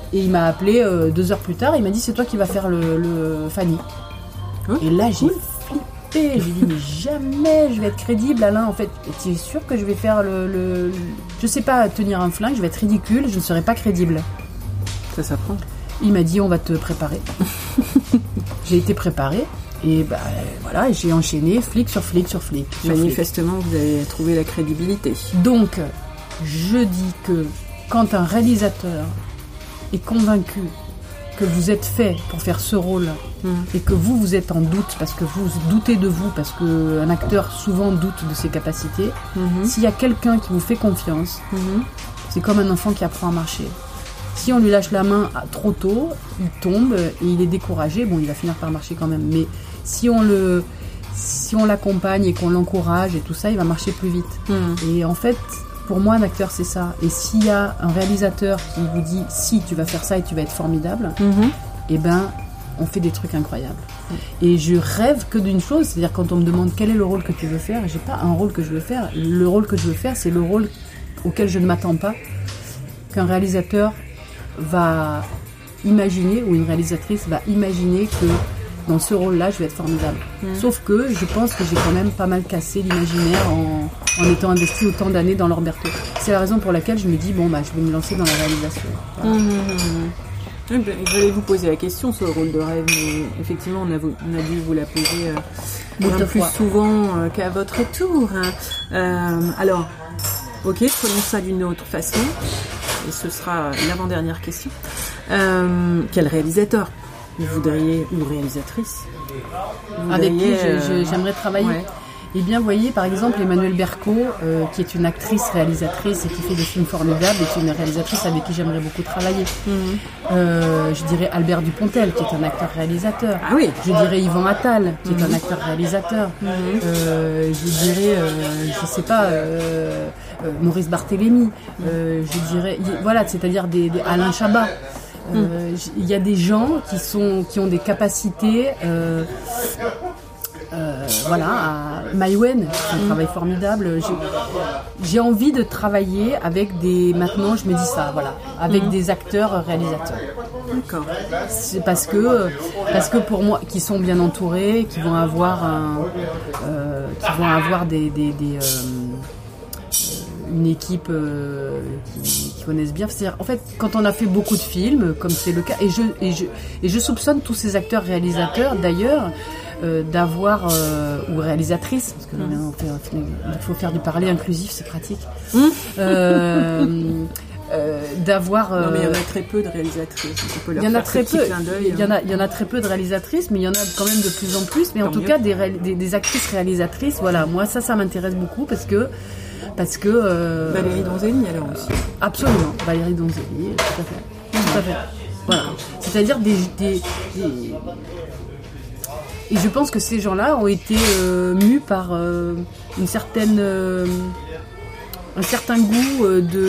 Et il m'a appelé 2 heures plus tard, il m'a dit c'est toi qui vas faire le Fanny. Et là j'ai flippé, j'ai dit mais jamais je vais être crédible Alain, en fait tu es sûr que je vais faire je sais pas tenir un flingue, je vais être ridicule, je ne serai pas crédible. Ça s'apprend. Il m'a dit on va te préparer. J'ai été préparée et voilà, j'ai enchaîné flic sur flic sur flic. Manifestement vous avez trouvé la crédibilité. Donc je dis que quand un réalisateur est convaincu que vous êtes fait pour faire ce rôle et que vous êtes en doute parce que vous doutez de vous, parce qu'un acteur souvent doute de ses capacités, s'il y a quelqu'un qui vous fait confiance, c'est comme un enfant qui apprend à marcher. Si on lui lâche la main trop tôt, il tombe et il est découragé. Bon, il va finir par marcher quand même, mais si on l'accompagne et qu'on l'encourage et tout ça, il va marcher plus vite. Et en fait, pour moi, un acteur, c'est ça. Et s'il y a un réalisateur qui vous dit « si, tu vas faire ça et tu vas être formidable eh ben, on fait des trucs incroyables. Et je rêve que d'une chose, c'est-à-dire quand on me demande quel est le rôle que tu veux faire, j'ai pas un rôle que je veux faire. Le rôle que je veux faire, c'est le rôle auquel je ne m'attends pas, qu'un réalisateur va imaginer, ou une réalisatrice va imaginer que dans ce rôle-là, je vais être formidable. Sauf que je pense que j'ai quand même pas mal cassé l'imaginaire en étant investi autant d'années dans Lorberto. C'est la raison pour laquelle je me dis, je vais me lancer dans la réalisation. Voilà. Je voulais vous poser la question sur le rôle de rêve, mais effectivement, on a dû vous la poser bien plus souvent qu'à votre tour. Alors, ok, prenons ça d'une autre façon, et ce sera l'avant-dernière question. Quel réalisateur vous voudriez, ou réalisatrice avec qui j'aimerais travailler? Eh bien, vous voyez, par exemple, Emmanuelle Berco, qui est une actrice-réalisatrice et qui fait des films formidables, est une réalisatrice avec qui j'aimerais beaucoup travailler. Je dirais Albert Dupontel, qui est un acteur-réalisateur. Ah oui. Je dirais Yvan Attal, qui est un acteur-réalisateur. Je dirais, je sais pas, Maurice Barthélémy. Je dirais, voilà, c'est-à-dire des Alain Chabat. Il y a des gens qui ont des capacités. Voilà, Maïwen, c'est un travail formidable. J'ai envie de travailler avec maintenant je me dis ça, voilà, avec des acteurs réalisateurs. D'accord. C'est parce que pour moi, qui sont bien entourés, qui vont avoir une équipe qui connaissent bien. C'est-à-dire, en fait, quand on a fait beaucoup de films, comme c'est le cas, et je soupçonne tous ces acteurs réalisateurs d'ailleurs d'avoir ou réalisatrices, parce que maintenant il faut faire du parler inclusif, c'est pratique. D'avoir. Non, mais il y en a très peu de réalisatrices. Il y en a très peu. Il y en a très peu de réalisatrices, mais il y en a quand même de plus en plus. Mais en tout cas, des actrices réalisatrices. Voilà, moi ça m'intéresse beaucoup parce que Valérie Donzelli alors aussi. Absolument, Valérie Donzelli, tout à fait. Voilà, c'est-à-dire et je pense que ces gens-là ont été mus par un certain goût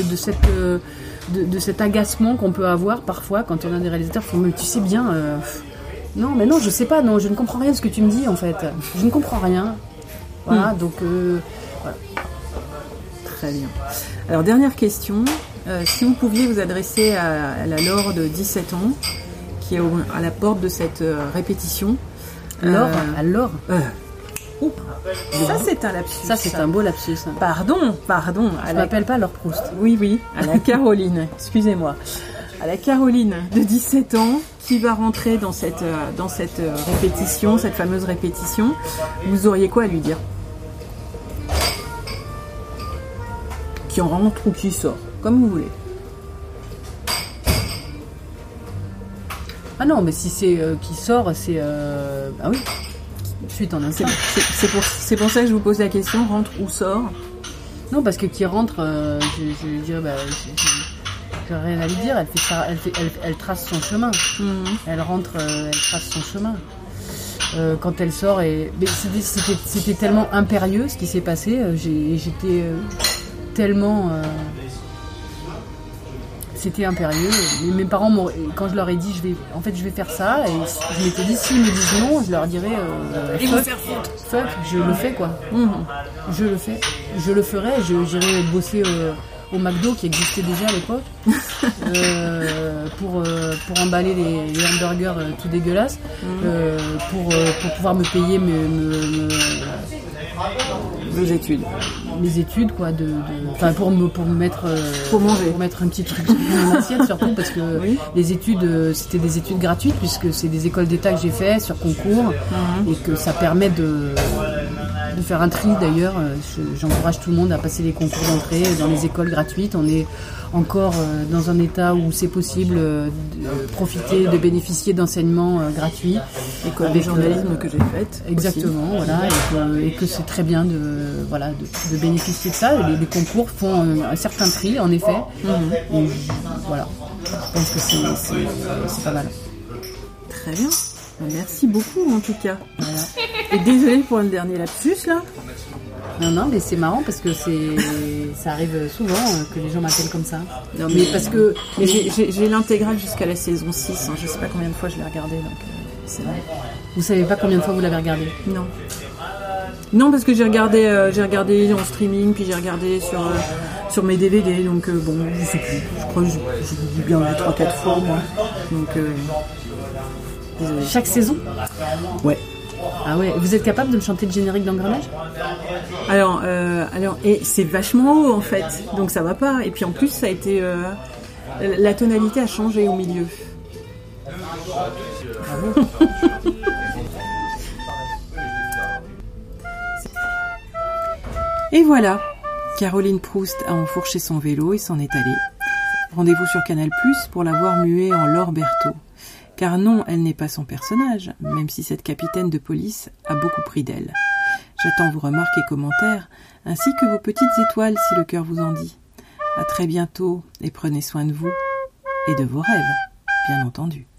de cet agacement qu'on peut avoir parfois quand on a des réalisateurs qui font mais tu sais bien non mais non je sais pas, non je ne comprends rien de ce que tu me dis en fait, je ne comprends rien, voilà. Donc voilà. Très bien. Alors dernière question, si vous pouviez vous adresser à la Laure de 17 ans qui est à la porte de cette répétition. Laure, à Laure. Ça c'est un lapsus. Ça c'est un beau lapsus. Pardon. Je m'appelle pas Laure Proust. Oui, à la Caroline, excusez-moi. À la Caroline de 17 ans qui va rentrer dans cette répétition, cette fameuse répétition, vous auriez quoi à lui dire? Qui rentre ou qui sort, comme vous voulez. Ah non, mais si c'est qui sort, c'est ah oui. Suite en instant. C'est pour ça que je vous pose la question, rentre ou sort? Non, parce que qui rentre, je dirais, j'ai rien à lui dire. Elle trace son chemin. Elle rentre, elle trace son chemin. Quand elle sort, mais c'était tellement impérieux ce qui s'est passé. J'étais tellement. C'était impérieux. Mes parents, quand je leur ai dit je vais faire ça, et je m'étais dit s'ils me disent non, je leur dirais fuck, je le fais quoi. Je le fais. Je le ferai, j'irai bosser au McDo qui existait déjà à l'époque pour emballer les hamburgers tout dégueulasses, pour pouvoir me payer Vos études. mes études, quoi, enfin pour me mettre Pour manger. pour mettre un petit truc dans mon assiette, surtout parce que les études c'était des études gratuites puisque c'est des écoles d'État que j'ai fait sur concours et que ça permet de faire un tri. D'ailleurs, j'encourage tout le monde à passer les concours d'entrée dans les écoles gratuites. On est encore dans un état où c'est possible de profiter, de bénéficier d'enseignements gratuits. École de journalisme que j'ai faite. Exactement, voilà, et que c'est très bien de bénéficier de ça. Les concours font un certain tri, en effet. Et voilà, je pense que c'est pas mal. Très bien. Merci beaucoup en tout cas. Voilà. Et désolée pour le dernier lapsus là. Non, mais c'est marrant parce que ça arrive souvent que les gens m'appellent comme ça. Non, mais parce que mais j'ai l'intégrale jusqu'à la saison 6. Je sais pas combien de fois je l'ai regardé, donc c'est vrai. Vous savez pas combien de fois vous l'avez regardé? Non. Non, parce que j'ai regardé en streaming, puis j'ai regardé sur mes DVD, donc bon, je sais plus. Je crois que j'ai dit bien 3-4 fois moi. Donc désolé. Chaque saison? Ouais. Ah ouais, vous êtes capable de me chanter le générique d'Engrenage? Alors, et c'est vachement haut en fait, donc ça va pas. Et puis en plus, ça a été la tonalité a changé au milieu. Bravo. Et voilà, Caroline Proust a enfourché son vélo et s'en est allée. Rendez-vous sur Canal+ pour la voir muer en Laure Berthaud. Car non, elle n'est pas son personnage, même si cette capitaine de police a beaucoup pris d'elle. J'attends vos remarques et commentaires, ainsi que vos petites étoiles si le cœur vous en dit. À très bientôt et prenez soin de vous et de vos rêves, bien entendu.